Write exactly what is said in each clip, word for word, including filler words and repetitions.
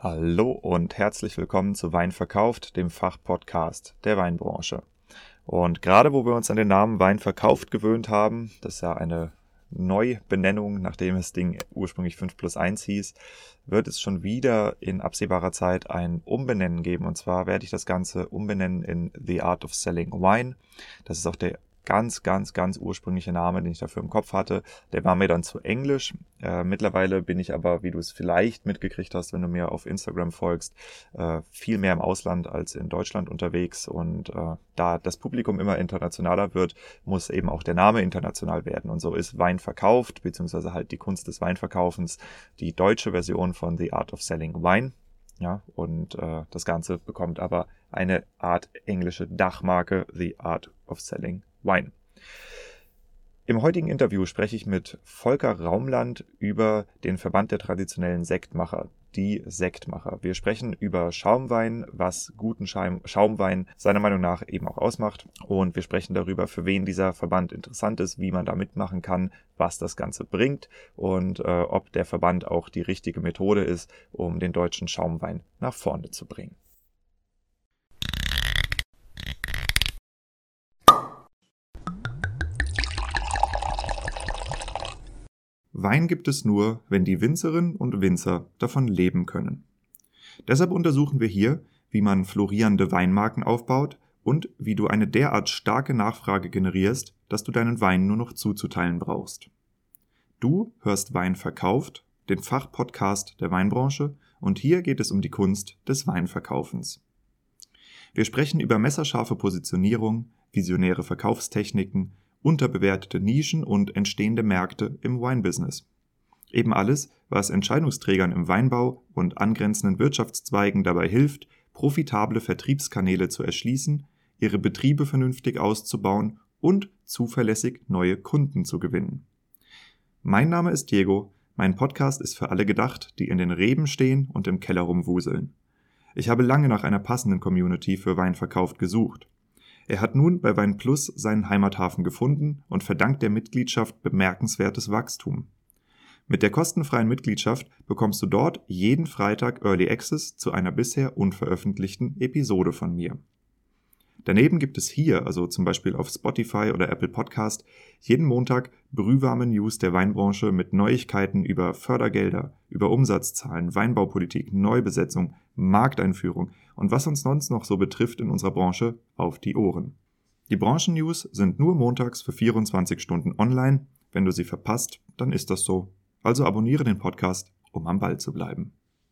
Hallo und herzlich willkommen zu Wein verkauft, dem Fachpodcast der Weinbranche. Und gerade wo wir uns an den Namen Wein verkauft gewöhnt haben, das ist ja eine Neubenennung, nachdem das Ding ursprünglich fünf plus eins hieß, wird es schon wieder in absehbarer Zeit ein Umbenennen geben. Und zwar werde ich das Ganze umbenennen in The Art of Selling Wine. Das ist auch der ganz, ganz, ganz ursprüngliche Name, den ich dafür im Kopf hatte. Der war mir dann zu englisch. Äh, mittlerweile bin ich aber, wie du es vielleicht mitgekriegt hast, wenn du mir auf Instagram folgst, äh, viel mehr im Ausland als in Deutschland unterwegs. Und äh, da das Publikum immer internationaler wird, muss eben auch der Name international werden. Und so ist Wein verkauft, beziehungsweise halt die Kunst des Weinverkaufens, die deutsche Version von The Art of Selling Wine. Ja, und äh, das Ganze bekommt aber eine Art englische Dachmarke, The Art of Selling Wine. Im heutigen Interview spreche ich mit Volker Raumland über den Verband der traditionellen Sektmacher, die Sektmacher. Wir sprechen über Schaumwein, was guten Schaum, Schaumwein seiner Meinung nach eben auch ausmacht. Und wir sprechen darüber, für wen dieser Verband interessant ist, wie man da mitmachen kann, was das Ganze bringt und äh, ob der Verband auch die richtige Methode ist, um den deutschen Schaumwein nach vorne zu bringen. Wein gibt es nur, wenn die Winzerinnen und Winzer davon leben können. Deshalb untersuchen wir hier, wie man florierende Weinmarken aufbaut und wie du eine derart starke Nachfrage generierst, dass du deinen Wein nur noch zuzuteilen brauchst. Du hörst Wein verkauft, den Fachpodcast der Weinbranche, und hier geht es um die Kunst des Weinverkaufens. Wir sprechen über messerscharfe Positionierung, visionäre Verkaufstechniken, unterbewertete Nischen und entstehende Märkte im Wine-Business. Eben alles, was Entscheidungsträgern im Weinbau und angrenzenden Wirtschaftszweigen dabei hilft, profitable Vertriebskanäle zu erschließen, ihre Betriebe vernünftig auszubauen und zuverlässig neue Kunden zu gewinnen. Mein Name ist Diego, mein Podcast ist für alle gedacht, die in den Reben stehen und im Keller rumwuseln. Ich habe lange nach einer passenden Community für Wein verkauft gesucht. Er hat nun bei Wein Plus seinen Heimathafen gefunden und verdankt der Mitgliedschaft bemerkenswertes Wachstum. Mit der kostenfreien Mitgliedschaft bekommst du dort jeden Freitag Early Access zu einer bisher unveröffentlichten Episode von mir. Daneben gibt es hier, also zum Beispiel auf Spotify oder Apple Podcast, jeden Montag brühwarme News der Weinbranche mit Neuigkeiten über Fördergelder, über Umsatzzahlen, Weinbaupolitik, Neubesetzung, Markteinführung und was uns sonst noch so betrifft in unserer Branche auf die Ohren. Die Branchen-News sind nur montags für vierundzwanzig Stunden online. Wenn du sie verpasst, dann ist das so. Also abonniere den Podcast, um am Ball zu bleiben.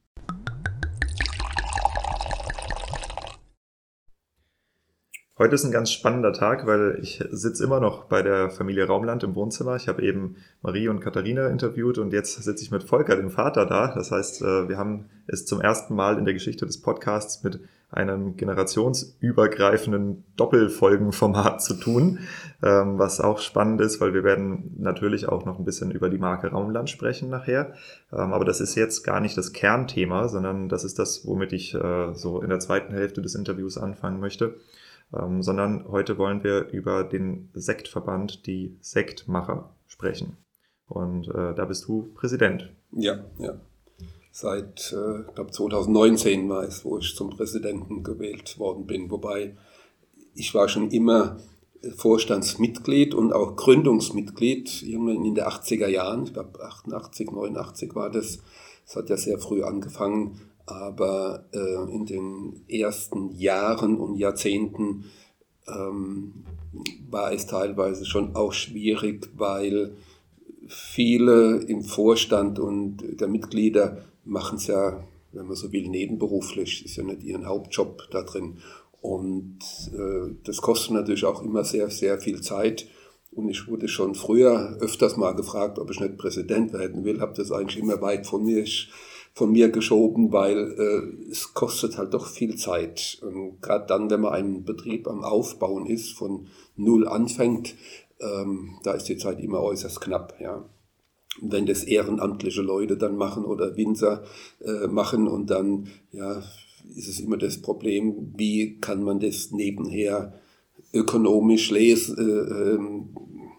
Heute ist ein ganz spannender Tag, weil ich sitze immer noch bei der Familie Raumland im Wohnzimmer. Ich habe eben Marie und Katharina interviewt und jetzt sitze ich mit Volker, dem Vater, da. Das heißt, wir haben es zum ersten Mal in der Geschichte des Podcasts mit einem generationsübergreifenden Doppelfolgenformat zu tun, was auch spannend ist, weil wir werden natürlich auch noch ein bisschen über die Marke Raumland sprechen nachher. Aber das ist jetzt gar nicht das Kernthema, sondern das ist das, womit ich so in der zweiten Hälfte des Interviews anfangen möchte. Ähm, sondern heute wollen wir über den Sektverband, die Sektmacher, sprechen. Und äh, da bist du Präsident. Ja, ja. Seit, äh, ich glaube, zwanzig neunzehn war es, wo ich zum Präsidenten gewählt worden bin. Wobei ich war schon immer Vorstandsmitglied und auch Gründungsmitglied, irgendwann in den achtziger Jahren. Ich glaube, achtundachtzig, neunundachtzig war das. Das hat ja sehr früh angefangen. Aber äh, in den ersten Jahren und Jahrzehnten ähm, war es teilweise schon auch schwierig, weil viele im Vorstand und der Mitglieder machen es ja, wenn man so will, nebenberuflich, ist ja nicht ihren Hauptjob da drin. Und äh, das kostet natürlich auch immer sehr, sehr viel Zeit. Und ich wurde schon früher öfters mal gefragt, ob ich nicht Präsident werden will, habe das eigentlich immer weit von mir von mir geschoben, weil äh, es kostet halt doch viel Zeit. Und gerade dann, wenn man einen Betrieb am Aufbauen ist, von null anfängt, ähm, da ist die Zeit immer äußerst knapp. Ja. Und wenn das ehrenamtliche Leute dann machen oder Winzer äh, machen und dann ja, ist es immer das Problem, wie kann man das nebenher ökonomisch lesen, äh,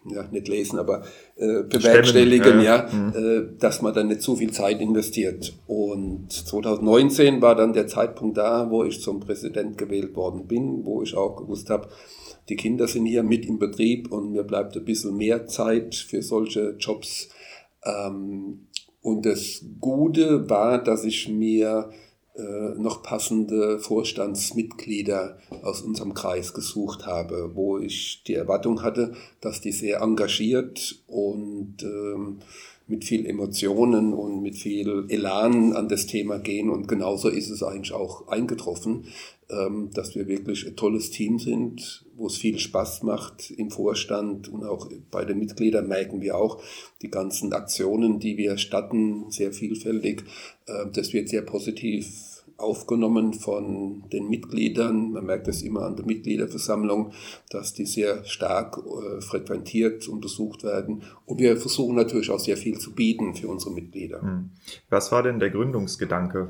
ja, nicht lesen, aber äh, bewerkstelligen, ja, ja mhm. äh, dass man dann nicht so viel Zeit investiert. Und zwanzig neunzehn war dann der Zeitpunkt da, wo ich zum Präsident gewählt worden bin, wo ich auch gewusst habe, die Kinder sind hier mit im Betrieb und mir bleibt ein bisschen mehr Zeit für solche Jobs. Ähm, und das Gute war, dass ich mir äh, noch passende Vorstandsmitglieder aus unserem Kreis gesucht habe, wo ich die Erwartung hatte, dass die sehr engagiert und ähm, mit viel Emotionen und mit viel Elan an das Thema gehen. Und genauso ist es eigentlich auch eingetroffen, ähm, dass wir wirklich ein tolles Team sind, wo es viel Spaß macht im Vorstand und auch bei den Mitgliedern merken wir auch die ganzen Aktionen, die wir statten, sehr vielfältig. Äh, das wird sehr positiv aufgenommen von den Mitgliedern. Man merkt es immer an der Mitgliederversammlung, dass die sehr stark äh, frequentiert und besucht werden. Und wir versuchen natürlich auch sehr viel zu bieten für unsere Mitglieder. Was war denn der Gründungsgedanke?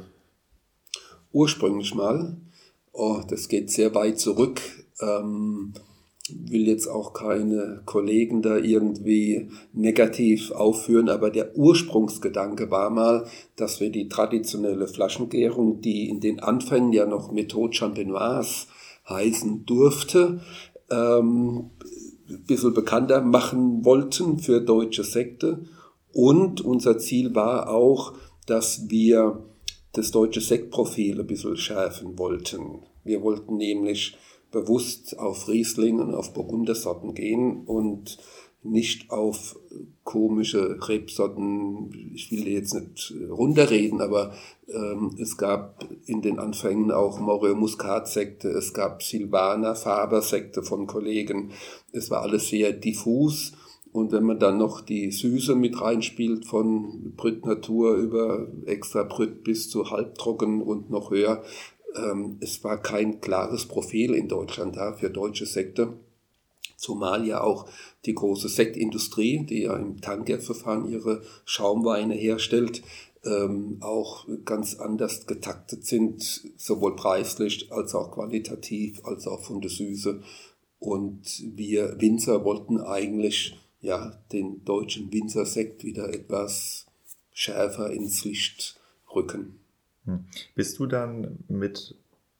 Ursprünglich mal, oh, das geht sehr weit zurück, ähm, will jetzt auch keine Kollegen da irgendwie negativ aufführen, aber der Ursprungsgedanke war mal, dass wir die traditionelle Flaschengärung, die in den Anfängen ja noch Methode Champenoise heißen durfte, ähm, ein bisschen bekannter machen wollten für deutsche Sekte. Und unser Ziel war auch, dass wir das deutsche Sektprofil ein bisschen schärfen wollten. Wir wollten nämlich bewusst auf Riesling und auf Burgundersorten gehen und nicht auf komische Rebsorten. Ich will jetzt nicht runterreden, aber ähm, es gab in den Anfängen auch Moreo Muscat-Sekte, es gab Silvaner Faber-Sekte von Kollegen. Es war alles sehr diffus. Und wenn man dann noch die Süße mit reinspielt, von Brüt Natur über Extra Brüt bis zu halbtrocken und noch höher, es war kein klares Profil in Deutschland da für deutsche Sekte, zumal ja auch die große Sektindustrie, die ja im Tanker-Verfahren ihre Schaumweine herstellt, ähm, auch ganz anders getaktet sind, sowohl preislich als auch qualitativ, als auch von der Süße. Und wir Winzer wollten eigentlich ja den deutschen Winzersekt wieder etwas schärfer ins Licht rücken. Bist du dann mit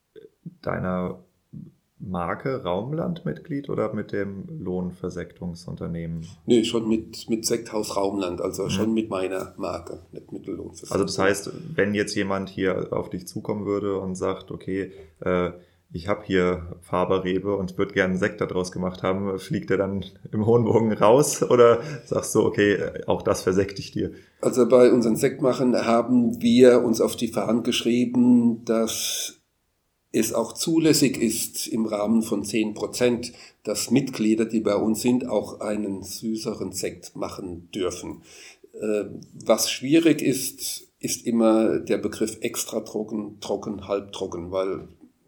deiner Marke Raumland Mitglied oder mit dem Lohnversektungsunternehmen? Nee, schon mit, mit Sekthaus Raumland, also mhm. schon mit meiner Marke, nicht mit der Lohnversenkung. Also das heißt, wenn jetzt jemand hier auf dich zukommen würde und sagt, okay, äh, ich habe hier Faberrebe und würde gerne einen Sekt daraus gemacht haben, fliegt er dann im hohen Bogen raus oder sagst du, okay, auch das versekte ich dir? Also bei unseren Sektmachern haben wir uns auf die Fahnen geschrieben, dass es auch zulässig ist im Rahmen von zehn Prozent, dass Mitglieder, die bei uns sind, auch einen süßeren Sekt machen dürfen. Was schwierig ist, ist immer der Begriff extra trocken, trocken, halbtrocken, weil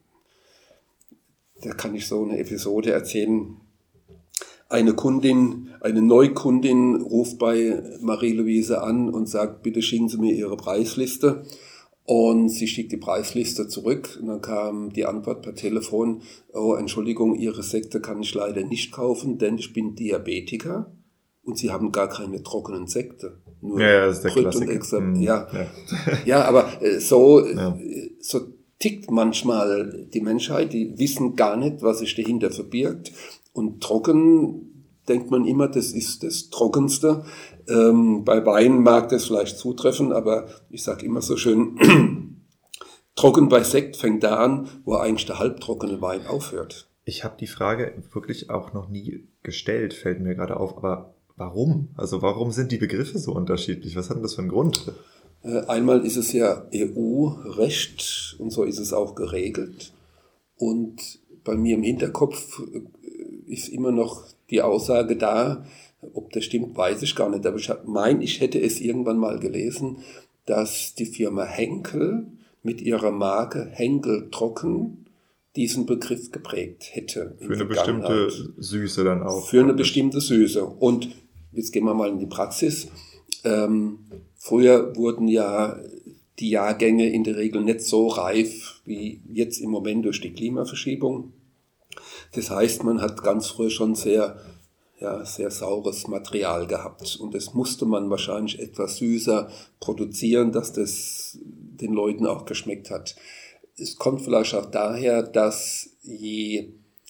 da kann ich so eine Episode erzählen. Eine Kundin, eine Neukundin ruft bei Marie-Louise an und sagt, bitte schicken Sie mir Ihre Preisliste. Und sie schickt die Preisliste zurück. Und dann kam die Antwort per Telefon, oh, Entschuldigung, Ihre Sekte kann ich leider nicht kaufen, denn ich bin Diabetiker und Sie haben gar keine trockenen Sekte. Nur ja, ja, das ist der Brüt Klassiker. Und Extra, mhm. ja. Ja. ja, aber so, ja. so tickt manchmal die Menschheit, die wissen gar nicht, was sich dahinter verbirgt. Und trocken denkt man immer, das ist das Trockenste. Ähm, bei Wein mag das vielleicht zutreffen, aber ich sage immer so schön, trocken bei Sekt fängt da an, wo eigentlich der halbtrockene Wein aufhört. Ich habe die Frage wirklich auch noch nie gestellt, fällt mir gerade auf, aber warum? Also warum sind die Begriffe so unterschiedlich? Was hat denn das für einen Grund? Einmal ist es ja E U-Recht und so ist es auch geregelt. Und bei mir im Hinterkopf ist immer noch die Aussage da, ob das stimmt, weiß ich gar nicht. Aber ich meine, ich hätte es irgendwann mal gelesen, dass die Firma Henkel mit ihrer Marke Henkel Trocken diesen Begriff geprägt hätte. Für eine bestimmte Süße dann auch. Für eine bestimmte Süße. Und jetzt gehen wir mal in die Praxis. Ähm, früher wurden ja die Jahrgänge in der Regel nicht so reif wie jetzt im Moment durch die Klimaverschiebung. Das heißt, man hat ganz früh schon sehr ja, sehr saures Material gehabt. Und das musste man wahrscheinlich etwas süßer produzieren, dass das den Leuten auch geschmeckt hat. Es kommt vielleicht auch daher, dass je,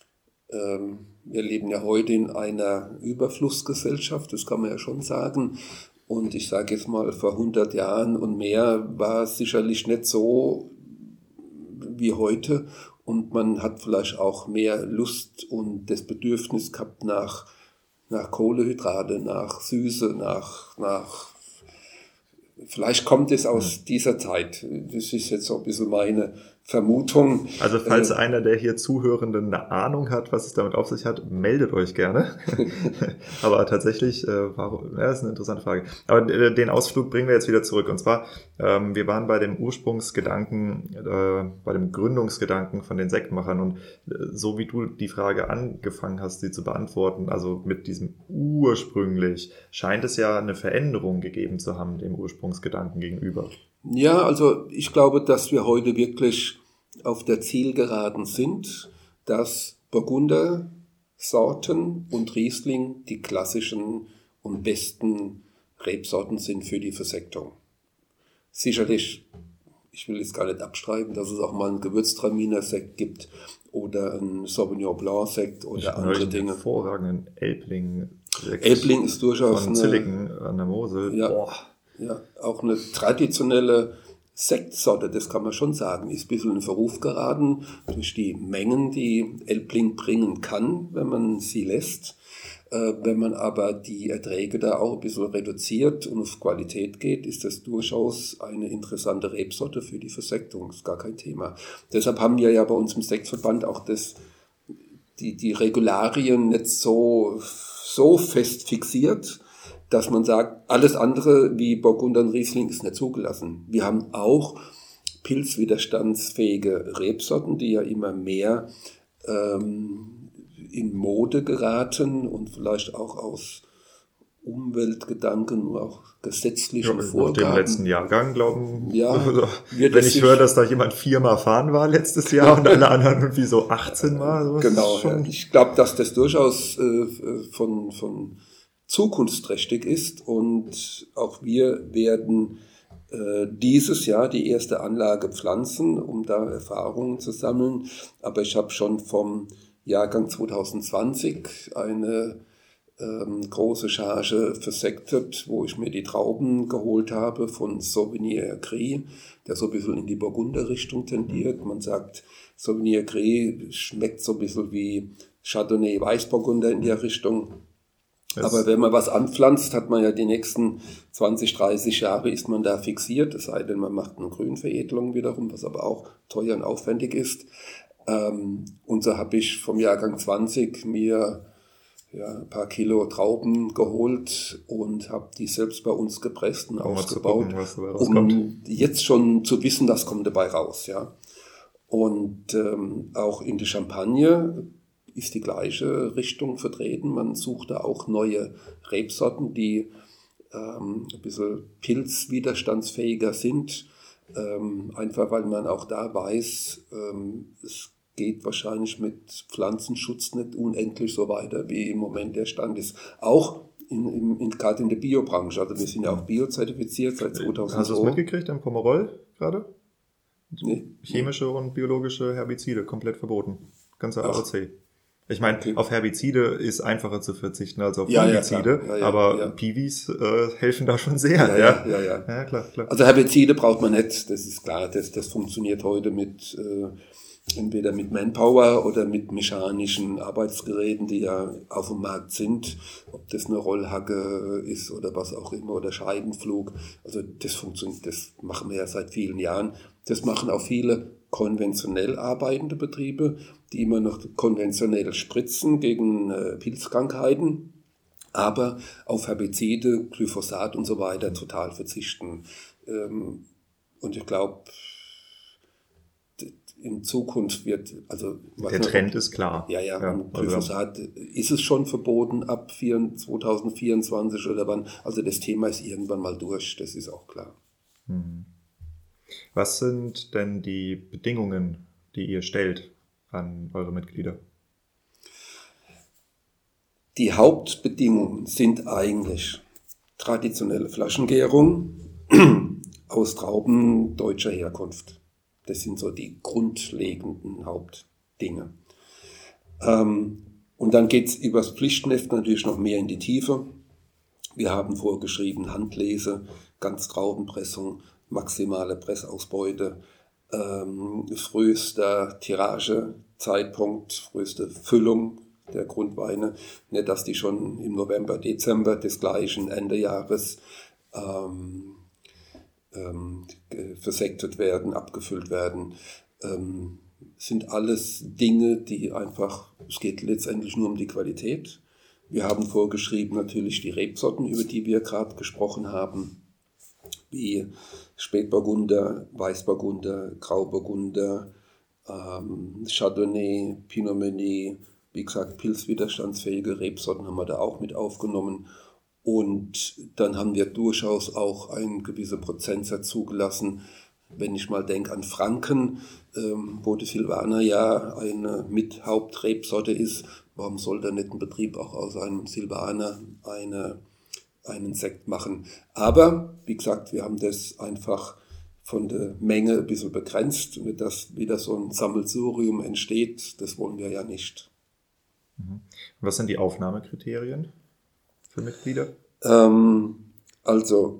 ähm, wir leben ja heute in einer Überflussgesellschaft, das kann man ja schon sagen. Und ich sage jetzt mal, vor hundert Jahren und mehr war es sicherlich nicht so wie heute. Und man hat vielleicht auch mehr Lust und das Bedürfnis gehabt nach, nach Kohlenhydrate, nach Süße, nach, nach, vielleicht kommt es aus dieser Zeit. Das ist jetzt so ein bisschen meine Vermutung. Also falls äh, einer der hier Zuhörenden eine Ahnung hat, was es damit auf sich hat, meldet euch gerne. Aber tatsächlich, äh, warum, ja, das ist eine interessante Frage. Aber äh, den Ausflug bringen wir jetzt wieder zurück. Und zwar, ähm, wir waren bei dem Ursprungsgedanken, äh, bei dem Gründungsgedanken von den Sektmachern. Und äh, so wie du die Frage angefangen hast, sie zu beantworten, also mit diesem ursprünglich, scheint es ja eine Veränderung gegeben zu haben, dem Ursprungsgedanken gegenüber. Ja, also ich glaube, dass wir heute wirklich auf der Zielgeraden sind, dass Burgunder, Sorten und Riesling die klassischen und besten Rebsorten sind für die Versektung. Sicherlich, ich will jetzt gar nicht abstreiten, dass es auch mal einen Gewürztraminer Sekt gibt oder einen Sauvignon Blanc Sekt oder ich andere Dinge. Hervorragenden Elbling. Elbling ist durchaus von Zilliken an der Mosel. Ja, Boah. Ja, auch eine traditionelle Sektsorte, das kann man schon sagen, ist ein bisschen in Verruf geraten durch die Mengen, die Elbling bringen kann, wenn man sie lässt. Äh, wenn man aber die Erträge da auch ein bisschen reduziert und auf Qualität geht, ist das durchaus eine interessante Rebsorte für die Versektung, ist gar kein Thema. Deshalb haben wir ja bei uns im Sektverband auch das, die, die Regularien nicht so, so fest fixiert, dass man sagt, alles andere wie Burgunder und Riesling ist nicht zugelassen. Wir haben auch pilzwiderstandsfähige Rebsorten, die ja immer mehr ähm, in Mode geraten und vielleicht auch aus Umweltgedanken und auch gesetzlichen ja, Vorgaben. Nach dem letzten Jahrgang, glauben ja, also, wenn ich höre, dass da jemand viermal fahren war letztes Jahr und alle anderen irgendwie so achtzehn Mal. So genau, ja. Ich glaube, dass das durchaus äh, von, von zukunftsträchtig ist und auch wir werden äh, dieses Jahr die erste Anlage pflanzen, um da Erfahrungen zu sammeln. Aber ich habe schon vom Jahrgang zwanzig zwanzig eine ähm, große Charge versektet, wo ich mir die Trauben geholt habe von Sauvignon Gris, der so ein bisschen in die Burgunder-Richtung tendiert. Man sagt, Sauvignon Gris schmeckt so ein bisschen wie Chardonnay Weißburgunder in der Richtung. Aber wenn man was anpflanzt, hat man ja die nächsten zwanzig, dreißig Jahre ist man da fixiert, es sei denn, man macht eine Grünveredelung wiederum, was aber auch teuer und aufwendig ist. Ähm, und so habe ich vom Jahrgang zwanzig mir ja, ein paar Kilo Trauben geholt und habe die selbst bei uns gepresst und um ausgebaut, gucken, um jetzt schon zu wissen, was kommt dabei raus. Ja. Und ähm, auch in die Champagne ist die gleiche Richtung vertreten. Man sucht da auch neue Rebsorten, die ähm, ein bisschen pilzwiderstandsfähiger sind. Ähm, einfach weil man auch da weiß, ähm, es geht wahrscheinlich mit Pflanzenschutz nicht unendlich so weiter, wie im Moment der Stand ist. Auch in, in, in, gerade in der Biobranche. Also wir sind ja auch biozertifiziert seit zweitausendzwei. Hast du es mitgekriegt im Pomerol gerade? Nee. Chemische und biologische Herbizide komplett verboten. Ganze A O C. Ich meine, okay. Auf Herbizide ist einfacher zu verzichten als auf ja, Fungizide, ja, ja, ja, aber ja. Piwis äh, helfen da schon sehr. Ja, ja, ja, ja. ja klar, klar. Also Herbizide braucht man nicht, das ist klar, das, das funktioniert heute mit äh, entweder mit Manpower oder mit mechanischen Arbeitsgeräten, die ja auf dem Markt sind, ob das eine Rollhacke ist oder was auch immer oder Scheibenflug. Also das funktioniert, das machen wir ja seit vielen Jahren. Das machen auch viele konventionell arbeitende Betriebe, die immer noch konventionell spritzen gegen äh, Pilzkrankheiten, aber auf Herbizide, Glyphosat und so weiter total verzichten. Ähm, und ich glaube, in Zukunft wird, also... Der Trend noch, ist klar. Ja, ja, ja und Glyphosat also. Ist es schon verboten ab zwanzig vierundzwanzig oder wann? Also das Thema ist irgendwann mal durch, das ist auch klar. Hm. Was sind denn die Bedingungen, die ihr stellt an eure Mitglieder? Die Hauptbedingungen sind eigentlich traditionelle Flaschengärung aus Trauben deutscher Herkunft. Das sind so die grundlegenden Hauptdinge. Ähm, und dann geht es über das Pflichtenheft natürlich noch mehr in die Tiefe. Wir haben vorgeschrieben Handlese, Ganztraubenpressung, maximale Pressausbeute, ähm, frühester Tiragezeitpunkt, früheste Füllung der Grundweine. Nicht, dass die schon im November, Dezember des gleichen Ende Jahres ähm, ähm, versektet werden, abgefüllt werden. Ähm, sind alles Dinge, die einfach, es geht letztendlich nur um die Qualität. Wir haben vorgeschrieben natürlich die Rebsorten, über die wir gerade gesprochen haben, wie Spätburgunder, Weißburgunder, Grauburgunder, ähm, Chardonnay, Pinot Meunier, wie gesagt, pilzwiderstandsfähige Rebsorten haben wir da auch mit aufgenommen. Und dann haben wir durchaus auch einen gewissen Prozentsatz zugelassen. Wenn ich mal denke an Franken, ähm, wo die Silvaner ja eine mit Hauptrebsorte ist, warum soll da nicht ein Betrieb auch aus einem Silvaner eine, einen Sekt machen? Aber, wie gesagt, wir haben das einfach von der Menge ein bisschen begrenzt, dass wieder so ein Sammelsurium entsteht, das wollen wir ja nicht. Was sind die Aufnahmekriterien für Mitglieder? Ähm, also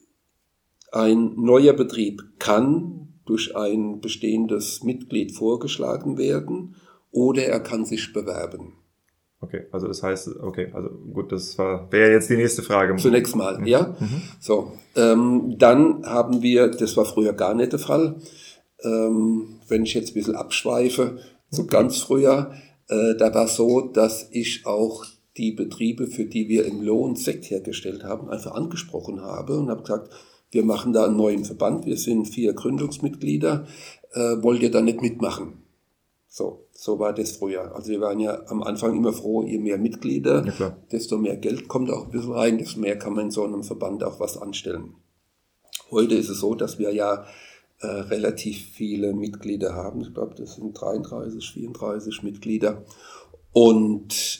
ein neuer Betrieb kann durch ein bestehendes Mitglied vorgeschlagen werden oder er kann sich bewerben. Okay, also das heißt, okay, also gut, das war, wäre jetzt die nächste Frage. Zunächst mal, mhm. ja. Mhm. So, ähm, dann haben wir, das war früher gar nicht der Fall, ähm, wenn ich jetzt ein bisschen abschweife, so okay. Ganz früher, äh, da war es so, dass ich auch die Betriebe, für die wir im Lohn Sekt hergestellt haben, einfach angesprochen habe und habe gesagt, wir machen da einen neuen Verband, wir sind vier Gründungsmitglieder, äh, wollt ihr da nicht mitmachen? So, so war das früher. Also wir waren ja am Anfang immer froh, je mehr Mitglieder, ja, desto mehr Geld kommt auch ein bisschen rein, desto mehr kann man in so einem Verband auch was anstellen. Heute ist es so, dass wir ja äh, relativ viele Mitglieder haben. Ich glaube, das sind dreiunddreißig, vierunddreißig Mitglieder. Und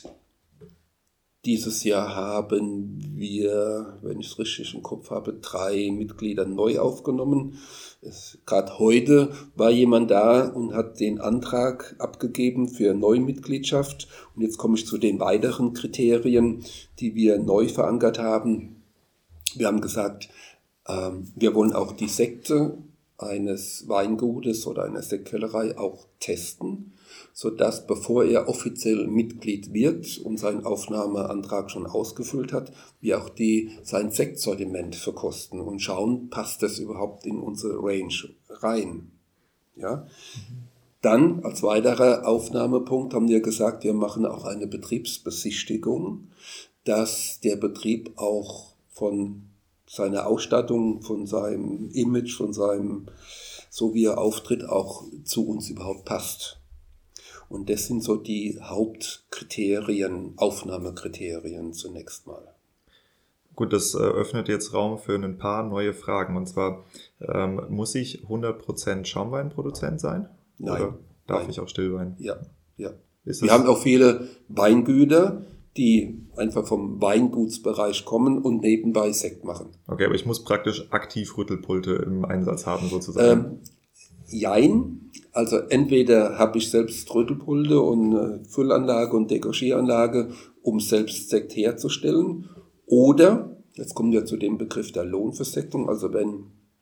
dieses Jahr haben wir, wenn ich es richtig im Kopf habe, drei Mitglieder neu aufgenommen. Gerade heute war jemand da und hat den Antrag abgegeben für Neumitgliedschaft. Und jetzt komme ich zu den weiteren Kriterien, die wir neu verankert haben. Wir haben gesagt, ähm, wir wollen auch die Sekte eines Weingutes oder einer Sektkellerei auch testen, sodass, bevor er offiziell Mitglied wird und seinen Aufnahmeantrag schon ausgefüllt hat, wir auch die, sein Sektsortiment verkosten und schauen, passt das überhaupt in unsere Range rein. Ja? Dann, als weiterer Aufnahmepunkt, haben wir gesagt, wir machen auch eine Betriebsbesichtigung, dass der Betrieb auch von seiner Ausstattung, von seinem Image, von seinem, so wie er auftritt, auch zu uns überhaupt passt. Und das sind so die Hauptkriterien, Aufnahmekriterien zunächst mal. Gut, das äh, öffnet jetzt Raum für ein paar neue Fragen. Und zwar, ähm, muss ich hundert Prozent Schaumweinproduzent sein? Nein. Oder darf nein. ich auch Stillwein? Ja, ja. Ist Wir haben auch viele Weingüter, die einfach vom Weingutsbereich kommen und nebenbei Sekt machen. Okay, aber ich muss praktisch aktiv Rüttelpulte im Einsatz haben sozusagen. Ähm, jein. Also entweder habe ich selbst Rüttelpulte und eine Füllanlage und Dekochieranlage, um selbst Sekt herzustellen. Oder, jetzt kommen wir zu dem Begriff der Lohnversektung, also wenn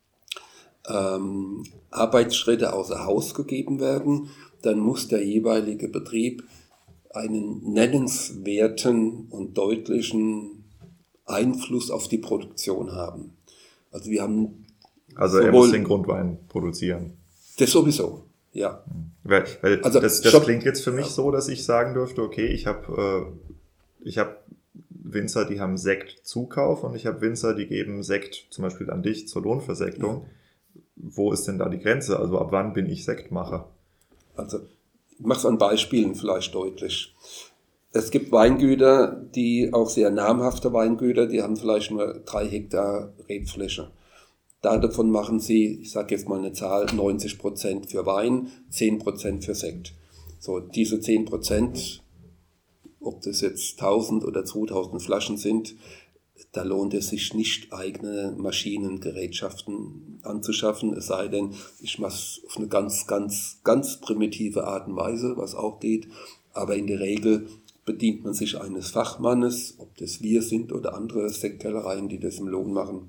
ähm, Arbeitsschritte außer Haus gegeben werden, dann muss der jeweilige Betrieb einen nennenswerten und deutlichen Einfluss auf die Produktion haben. Also wir haben Also er muss den Grundwein produzieren. Das sowieso, ja. Weil, weil also das, das klingt jetzt für mich ja. so, dass ich sagen dürfte, okay, ich habe äh, ich habe Winzer, die haben Sektzukauf und ich habe Winzer, die geben Sekt zum Beispiel an dich zur Lohnversektung. Ja. Wo ist denn da die Grenze? Also ab wann bin ich Sektmacher? Also ich mache es an Beispielen vielleicht deutlich. Es gibt Weingüter, die auch sehr namhafte Weingüter, die haben vielleicht nur drei Hektar Rebfläche. Da davon machen sie, ich sage jetzt mal eine Zahl, neunzig Prozent für Wein, zehn Prozent für Sekt. So, diese zehn Prozent ob das jetzt tausend oder zweitausend Flaschen sind, da lohnt es sich nicht, eigene Maschinen, Gerätschaften anzuschaffen, es sei denn, ich mache es auf eine ganz, ganz, ganz primitive Art und Weise, was auch geht. Aber in der Regel bedient man sich eines Fachmannes, ob das wir sind oder andere Sektkellereien, die das im Lohn machen,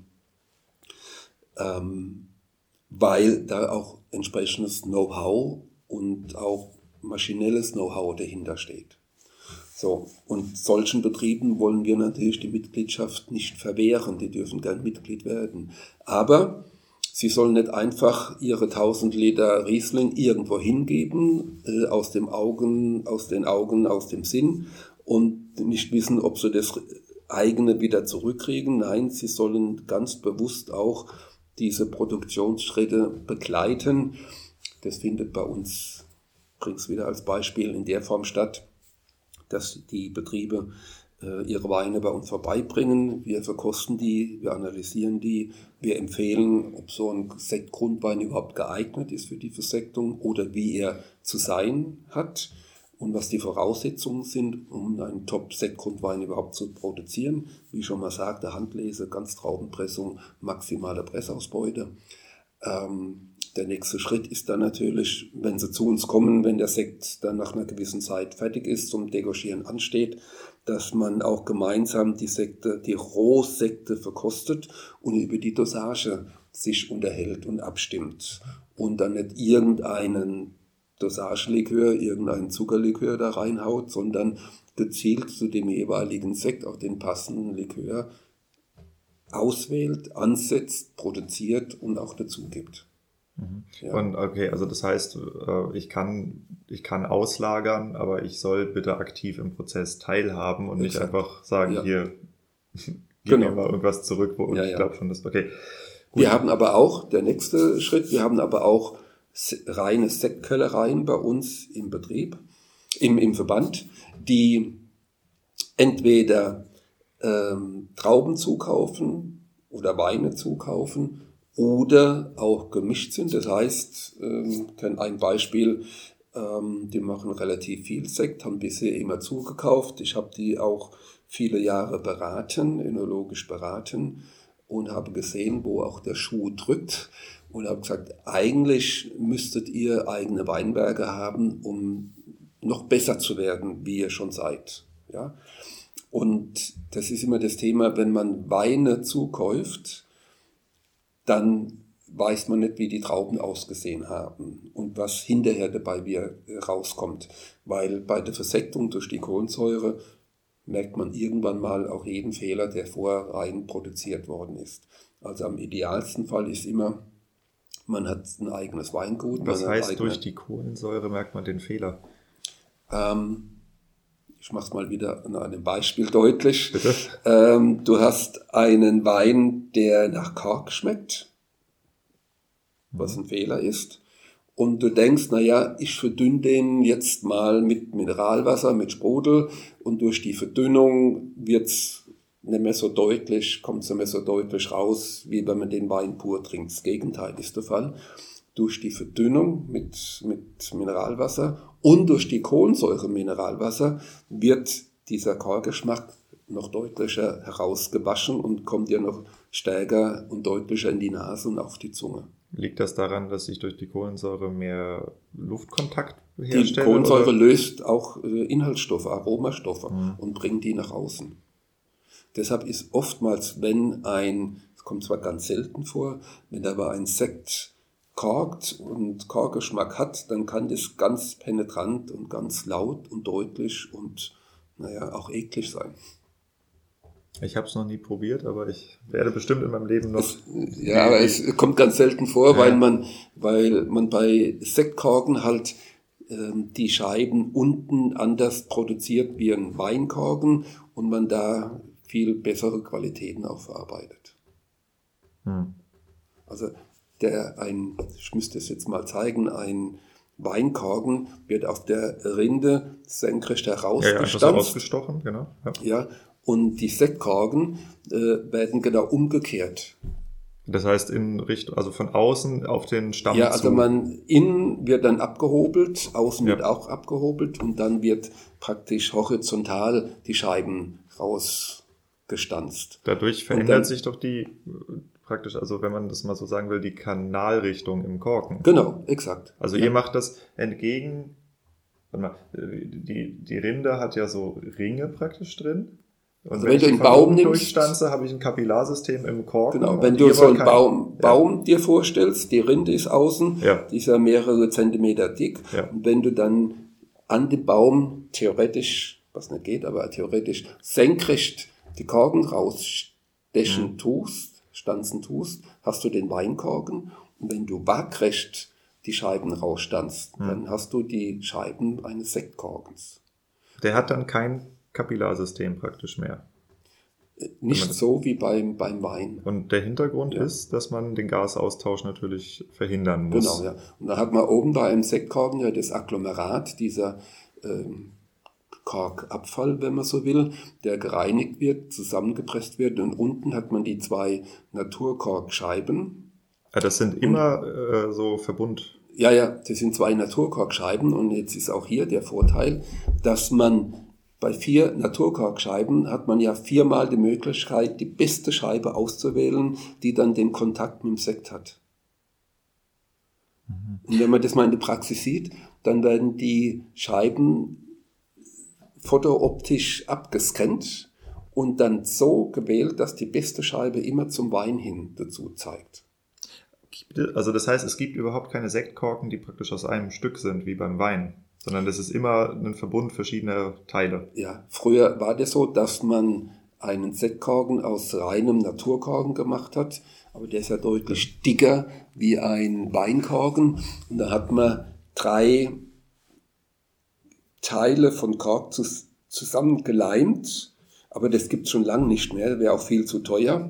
ähm, weil da auch entsprechendes Know-how und auch maschinelles Know-how dahinter steht. So, und solchen Betrieben wollen wir natürlich die Mitgliedschaft nicht verwehren, die dürfen gern Mitglied werden. Aber sie sollen nicht einfach ihre tausend Liter Riesling irgendwo hingeben, äh, aus dem Augen, aus den Augen, aus dem Sinn und nicht wissen, ob sie das eigene wieder zurückkriegen. Nein, sie sollen ganz bewusst auch diese Produktionsschritte begleiten. Das findet bei uns, bringe es wieder als Beispiel, in der Form statt, dass die Betriebe äh, ihre Weine bei uns vorbeibringen. Wir verkosten die, wir analysieren die, wir empfehlen, ob so ein Sektgrundwein überhaupt geeignet ist für die Versektung oder wie er zu sein hat und was die Voraussetzungen sind, um einen Top-Sektgrundwein überhaupt zu produzieren. Wie schon mal sagte, Handlese, Ganztraubenpressung, maximale Pressausbeute. Ähm, Der nächste Schritt ist dann natürlich, wenn sie zu uns kommen, wenn der Sekt dann nach einer gewissen Zeit fertig ist, zum Degorgieren ansteht, dass man auch gemeinsam die Sekte, die Rohsekte verkostet und über die Dosage sich unterhält und abstimmt. Und dann nicht irgendeinen Dosagelikör, irgendeinen Zuckerlikör da reinhaut, sondern gezielt zu dem jeweiligen Sekt auch den passenden Likör auswählt, ansetzt, produziert und auch dazu gibt. Mhm. Ja. Und okay, also das heißt, ich kann, ich kann auslagern, aber ich soll bitte aktiv im Prozess teilhaben und Exakt. Nicht einfach sagen, ja. hier, gib genau. mir mal irgendwas zurück, wo ja, ich ja. glaube schon, das okay. Gut. Wir haben aber auch, der nächste Schritt, wir haben aber auch reine Sektkellereien bei uns im Betrieb, im, im Verband, die entweder ähm, Trauben zukaufen oder Weine zukaufen, oder auch gemischt sind. Das heißt, ähm, ein Beispiel, ähm, die machen relativ viel Sekt, haben bisher immer zugekauft. Ich habe die auch viele Jahre beraten, önologisch beraten und habe gesehen, wo auch der Schuh drückt und habe gesagt, eigentlich müsstet ihr eigene Weinberge haben, um noch besser zu werden, wie ihr schon seid. Ja? Und das ist immer das Thema, wenn man Weine zukäuft, dann weiß man nicht, wie die Trauben ausgesehen haben und was hinterher dabei wieder rauskommt. Weil bei der Versektung durch die Kohlensäure merkt man irgendwann mal auch jeden Fehler, der vorher rein produziert worden ist. Also am idealsten Fall ist immer, man hat ein eigenes Weingut. Was heißt, eigene, durch die Kohlensäure merkt man den Fehler? Ähm, ich mache es mal wieder an einem Beispiel deutlich. Bitte? Ähm, du hast einen Wein, der nach Kork schmeckt, was ein Fehler ist. Und du denkst, naja, ich verdünne den jetzt mal mit Mineralwasser, mit Sprudel und durch die Verdünnung wird's nicht mehr so deutlich, kommt es nicht mehr so deutlich raus, wie wenn man den Wein pur trinkt. Das Gegenteil ist der Fall. Durch die Verdünnung mit, mit Mineralwasser und durch die Kohlensäure Mineralwasser wird dieser Korkgeschmack noch deutlicher herausgewaschen und kommt ja noch stärker und deutlicher in die Nase und auf die Zunge. Liegt das daran, dass sich durch die Kohlensäure mehr Luftkontakt herstellt? Die Kohlensäure oder? löst auch Inhaltsstoffe, Aromastoffe mhm. und bringt die nach außen. Deshalb ist oftmals, wenn ein, das kommt zwar ganz selten vor, wenn aber ein Sekt korkt und Korkgeschmack hat, dann kann das ganz penetrant und ganz laut und deutlich und naja, auch eklig sein. Ich habe es noch nie probiert, aber ich werde bestimmt in meinem Leben noch... Es, ja, aber es kommt ganz selten vor, ja. weil man weil man bei Sektkorken halt ähm, die Scheiben unten anders produziert wie ein Weinkorken und man da viel bessere Qualitäten auch verarbeitet. Hm. Also der ein, ich müsste es jetzt mal zeigen, ein Weinkorken wird auf der Rinde senkrecht herausgestanzt. Ja, ja, herausgestochen, genau. Ja. ja, und die Sektkorken äh, werden genau umgekehrt Das heißt, in Richtung, also von außen auf den Stamm Ja, also zu. man innen wird dann abgehobelt, außen Ja. wird auch abgehobelt und dann wird praktisch horizontal die Scheiben rausgestanzt. Dadurch Und verändert dann- sich doch die, äh, praktisch, also wenn man das mal so sagen will, die Kanalrichtung im Korken. Genau, exakt. Also Ja. ihr macht das entgegen, warte mal, die, die Rinde hat ja so Ringe praktisch drin. Und Also wenn, wenn ich du die einen von Baum oben nimmst- durchstanze, habe ich ein Kapillarsystem im Korken. Genau, und wenn du ihr so wollt einen kein- Baum, Ja. Baum dir vorstellst, die Rinde ist außen, Ja. die ist ja mehrere Zentimeter dick. Ja. Und wenn du dann an dem Baum theoretisch, was nicht geht, aber theoretisch senkrecht die Korken rausstechen Mhm. tust, stanzen tust, hast du den Weinkorken. Und wenn du waagrecht die Scheiben rausstanzt, Mhm. dann hast du die Scheiben eines Sektkorkens. Der hat dann kein Kapillarsystem praktisch mehr. Nicht so wie beim, beim Wein. Und der Hintergrund Ja. ist, dass man den Gasaustausch natürlich verhindern muss. Genau, ja. Und da hat man oben bei einem Sektkorken ja das Agglomerat, dieser ähm, Korkabfall, wenn man so will, der gereinigt wird, zusammengepresst wird. Und unten hat man die zwei Naturkorkscheiben. Ja, das sind immer äh, so Verbund. Ja, ja, das sind zwei Naturkorkscheiben. Und jetzt ist auch hier der Vorteil, dass man bei vier Naturkorkscheiben hat man ja viermal die Möglichkeit, die beste Scheibe auszuwählen, die dann den Kontakt mit dem Sekt hat. Und wenn man das mal in der Praxis sieht, dann werden die Scheiben fotooptisch abgescannt und dann so gewählt, dass die beste Scheibe immer zum Wein hin dazu zeigt. Also das heißt, es gibt überhaupt keine Sektkorken, die praktisch aus einem Stück sind, wie beim Wein, sondern das ist immer ein Verbund verschiedener Teile. Ja, früher war das so, dass man einen Sektkorken aus reinem Naturkorken gemacht hat, aber der ist ja deutlich dicker wie ein Weinkorken. Und da hat man drei Teile von Kork zus- zusammengeleimt, aber das gibt es schon lange nicht mehr, wäre auch viel zu teuer.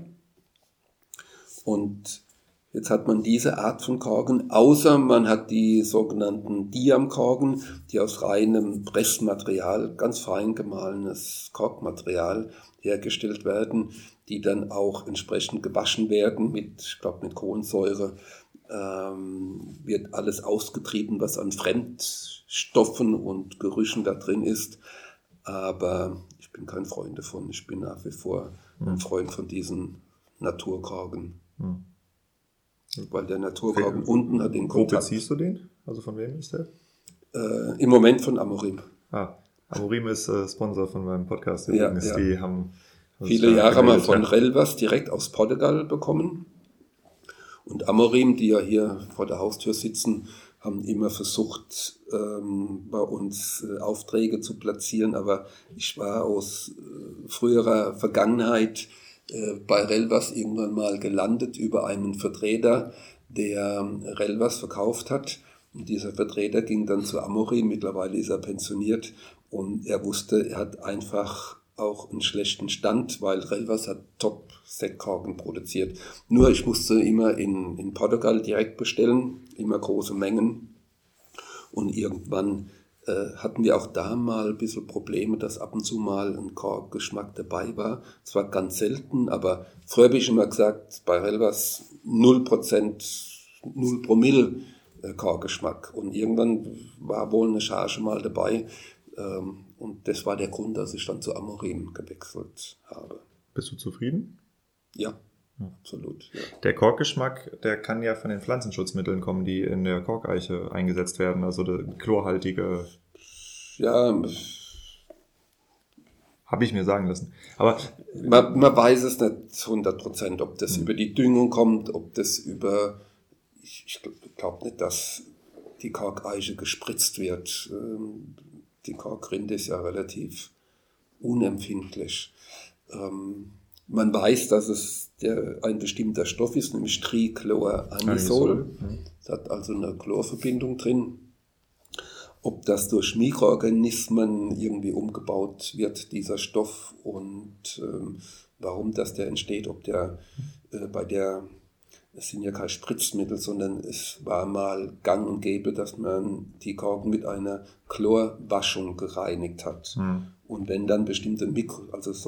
Und jetzt hat man diese Art von Korken, außer man hat die sogenannten Diamkorken, die aus reinem Pressmaterial, ganz fein gemahlenes Korkmaterial hergestellt werden, die dann auch entsprechend gewaschen werden mit, ich glaube, mit Kohlensäure. Ähm, wird alles ausgetrieben, was an Fremdstoffen und Gerüchen da drin ist. Aber ich bin kein Freund davon. Ich bin nach wie vor ein Freund von diesen Naturkorken. Hm. Weil der Naturkorken Wie- unten hat den Wo Kontakt. beziehst du den? Also von wem ist der? Äh, Im Moment von Amorim. Ah, Amorim ist äh, Sponsor von meinem Podcast. Ja, Übrigens. ja. Die haben Viele Jahre haben wir von Ja. Relvas direkt aus Portugal bekommen. Und Amorim, die ja hier vor der Haustür sitzen, haben immer versucht, ähm, bei uns äh, Aufträge zu platzieren. Aber ich war aus äh, früherer Vergangenheit äh, bei Relvas irgendwann mal gelandet über einen Vertreter, der Relvas verkauft hat. Und dieser Vertreter ging dann zu Amorim. Mittlerweile ist er pensioniert. Und er wusste, er hat einfach auch einen schlechten Stand, weil Relvas hat Top-Sektkorken produziert. Nur ich musste immer in, in Portugal direkt bestellen, immer große Mengen. Und irgendwann äh, hatten wir auch da mal ein bisschen Probleme, dass ab und zu mal ein Korkgeschmack dabei war. Es war ganz selten, aber früher habe ich immer gesagt, bei Relvas null Prozent, null Promille äh, Korkgeschmack. Und irgendwann war wohl eine Charge mal dabei. Ähm, und das war der Grund, dass ich dann zu Amorim gewechselt habe. Bist du zufrieden? Ja, absolut. Ja. Der Korkgeschmack, der kann ja von den Pflanzenschutzmitteln kommen, die in der Korkeiche eingesetzt werden, also der chlorhaltige, Ja, habe ich mir sagen lassen. Aber man, man weiß es nicht hundert Prozent, ob das über die Düngung kommt, ob das über, ich, ich glaube nicht, dass die Korkeiche gespritzt wird. Ähm, Die Korkrinde ist ja relativ unempfindlich. Ähm, man weiß, dass es der, ein bestimmter Stoff ist, nämlich Trichloroanisol. Anisol, ja. Es hat also eine Chlorverbindung drin. Ob das durch Mikroorganismen irgendwie umgebaut wird, dieser Stoff, und ähm, warum das der entsteht, ob der äh, bei der, es sind ja keine Spritzmittel, sondern es war mal gang und gäbe, dass man die Korken mit einer Chlorwaschung gereinigt hat. Hm. Und wenn dann bestimmte Mikro, also so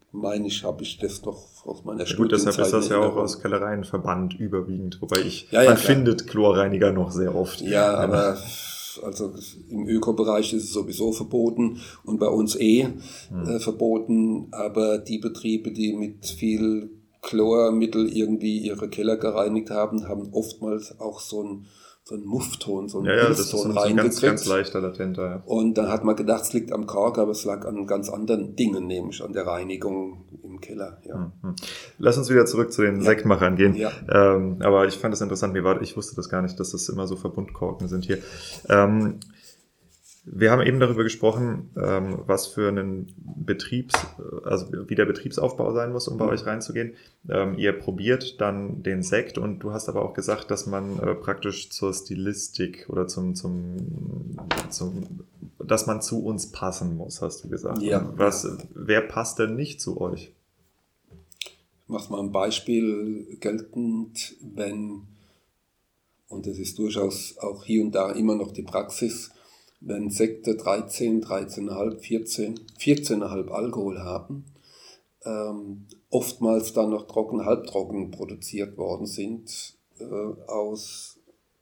meine ich, habe ich das doch aus meiner ja, Studienzeit. Gut, deshalb ist das ja auch aus Kellereienverband überwiegend, wobei ich, ja, ja, man klar. findet Chlorreiniger noch sehr oft. Ja, aber also im Ökobereich ist es sowieso verboten und bei uns eh hm. äh, verboten, aber die Betriebe, die mit viel Chlormittel irgendwie ihre Keller gereinigt haben, haben oftmals auch so einen so einen Muffton, so einen ja, ja, das ist Pilzton so ein ganz, ganz leichter, latenter. Ja. Und dann hat man gedacht, es liegt am Kork, aber es lag an ganz anderen Dingen, nämlich an der Reinigung im Keller. Ja. Hm. Lass uns wieder zurück zu den ja. Sektmachern gehen. Ja. Ähm, aber ich fand es interessant, mir war, ich wusste das gar nicht, dass das immer so Verbundkorken sind hier. Ähm, Wir haben eben darüber gesprochen, was für einen Betriebs, also wie der Betriebsaufbau sein muss, um bei euch reinzugehen. Ihr probiert dann den Sekt und du hast aber auch gesagt, dass man praktisch zur Stilistik oder zum, zum, zum dass man zu uns passen muss, hast du gesagt. Ja. Was, wer passt denn nicht zu euch? Ich mache mal ein Beispiel geltend, wenn, und das ist durchaus auch hier und da immer noch die Praxis, wenn Sekte dreizehn, dreizehn Komma fünf, vierzehn, vierzehn Komma fünf Alkohol haben, ähm, oftmals dann noch trocken, halbtrocken produziert worden sind, äh, aus,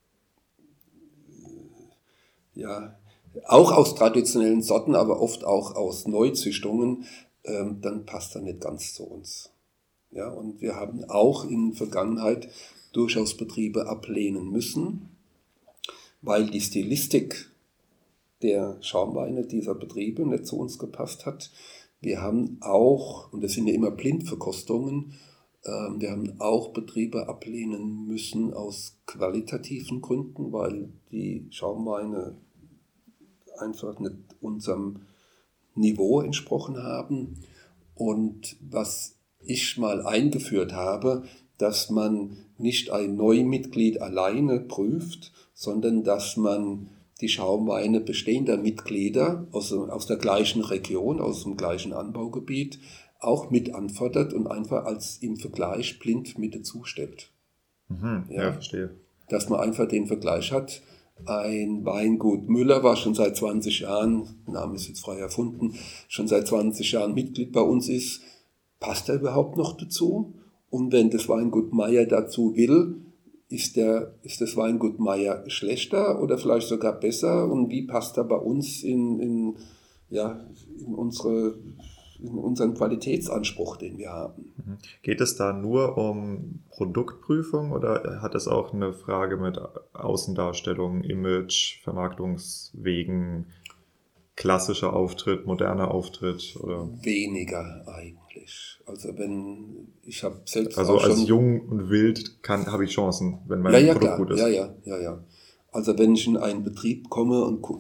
äh, ja, auch aus traditionellen Sorten, aber oft auch aus Neuzüchtungen, äh, dann passt er nicht ganz zu uns. Ja, und wir haben auch in der Vergangenheit durchaus Betriebe ablehnen müssen, weil die Stilistik der Schaumweine dieser Betriebe nicht zu uns gepasst hat. Wir haben auch, und das sind ja immer Blindverkostungen, äh, wir haben auch Betriebe ablehnen müssen aus qualitativen Gründen, weil die Schaumweine einfach nicht unserem Niveau entsprochen haben. Und was ich mal eingeführt habe, dass man nicht ein Neumitglied alleine prüft, sondern dass man die Schaumweine bestehender Mitglieder aus, aus der gleichen Region, aus dem gleichen Anbaugebiet auch mit anfordert und einfach als im Vergleich blind mit dazu stellt. Mhm, ja, ja, verstehe. Dass man einfach den Vergleich hat. Ein Weingut Müller war schon seit zwanzig Jahren, der Name ist jetzt frei erfunden, schon seit zwanzig Jahren Mitglied bei uns ist. Passt er überhaupt noch dazu? Und wenn das Weingut Meier dazu will, Ist, der, ist das Weingut Meier schlechter oder vielleicht sogar besser? Und wie passt er bei uns in, in, ja, in, unsere, in unseren Qualitätsanspruch, den wir haben? Geht es da nur um Produktprüfung oder hat es auch eine Frage mit Außendarstellung, Image, Vermarktungswegen, klassischer Auftritt, moderner Auftritt? Oder? Weniger eigentlich. Also wenn ich habe selbst also auch schon, als jung und wild kann habe ich Chancen, wenn mein ja, ja, Produkt klar. gut ist. Ja, ja, ja, ja. Also wenn ich in einen Betrieb komme und gucke,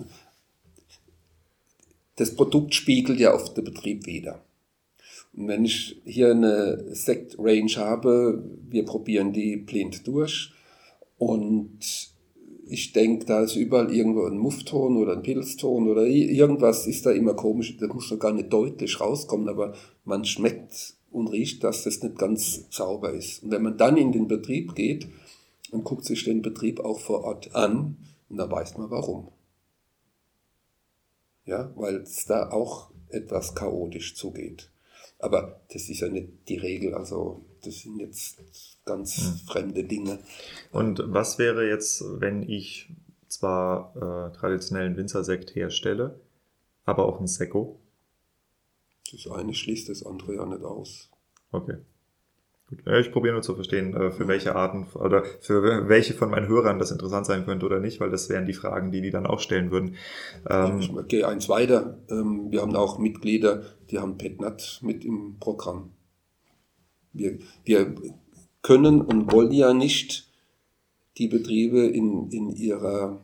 das Produkt spiegelt ja auf den Betrieb wider. Und wenn ich hier eine Sekt-Range habe, wir probieren die blind durch und ich denke, da ist überall irgendwo ein Muffton oder ein Pilzton oder irgendwas ist da immer komisch, das muss doch gar nicht deutlich rauskommen, aber man schmeckt und riecht, dass das nicht ganz sauber ist. Und wenn man dann in den Betrieb geht und guckt sich den Betrieb auch vor Ort an, und dann weiß man warum. Ja, weil es da auch etwas chaotisch zugeht. Aber das ist ja nicht die Regel, also das sind jetzt ganz hm. fremde Dinge. Und was wäre jetzt, wenn ich zwar äh, traditionellen Winzersekt herstelle, aber auch ein Sekko? Das eine schließt das andere ja nicht aus. Okay. Gut. Ich probiere nur zu verstehen, für welche Arten oder für welche von meinen Hörern das interessant sein könnte oder nicht, weil das wären die Fragen, die die dann auch stellen würden. Ich gehe eins weiter. Wir haben auch Mitglieder, die haben Petnat mit im Programm. Wir, wir können und wollen ja nicht die Betriebe in, in ihrer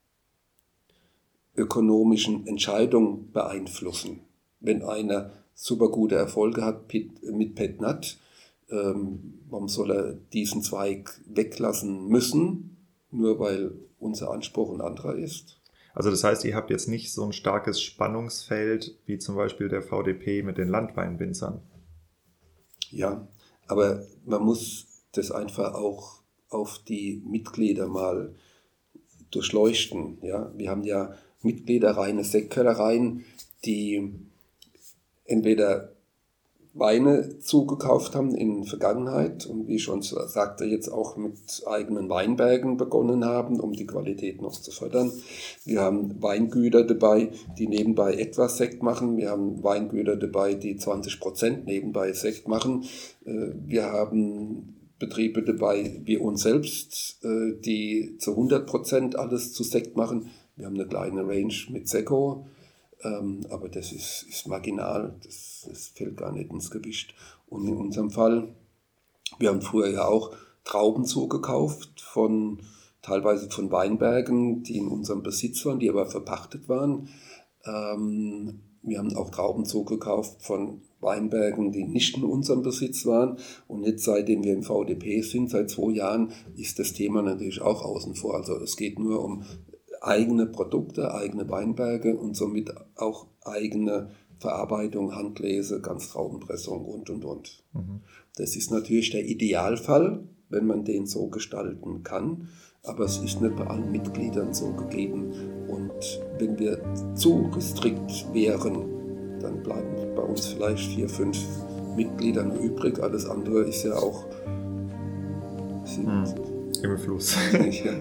ökonomischen Entscheidung beeinflussen. Wenn einer super gute Erfolge hat mit Petnat, ähm, warum soll er diesen Zweig weglassen müssen, nur weil unser Anspruch ein anderer ist? Also das heißt, ihr habt jetzt nicht so ein starkes Spannungsfeld wie zum Beispiel der V D P mit den Landweinwinzern. Ja, aber man muss das einfach auch auf die Mitglieder mal durchleuchten. Ja? Wir haben ja Mitglieder, reine Sektkellereien, die entweder Weine zugekauft haben in der Vergangenheit und wie ich schon sagte, jetzt auch mit eigenen Weinbergen begonnen haben, um die Qualität noch zu fördern. Wir haben Weingüter dabei, die nebenbei etwas Sekt machen. Wir haben Weingüter dabei, die zwanzig Prozent nebenbei Sekt machen. Wir haben Betriebe dabei, wie uns selbst, die zu hundert Prozent alles zu Sekt machen. Wir haben eine kleine Range mit Sekko. Ähm, aber das ist, ist marginal, das, das fällt gar nicht ins Gewicht. Und in unserem Fall, wir haben früher ja auch Trauben zugekauft, von, teilweise von Weinbergen, die in unserem Besitz waren, die aber verpachtet waren. Ähm, wir haben auch Trauben zugekauft von Weinbergen, die nicht in unserem Besitz waren. Und jetzt, seitdem wir im V D P sind, seit zwei Jahren, ist das Thema natürlich auch außen vor. Also es geht nur um eigene Produkte, eigene Weinberge und somit auch eigene Verarbeitung, Handlese, Ganztraubenpressung und, und, und. Mhm. Das ist natürlich der Idealfall, wenn man den so gestalten kann, aber es ist nicht bei allen Mitgliedern so gegeben. Und wenn wir zu restrikt wären, dann bleiben bei uns vielleicht vier, fünf Mitglieder nur übrig. Alles andere ist ja auch sind mhm. im Fluss. Ja.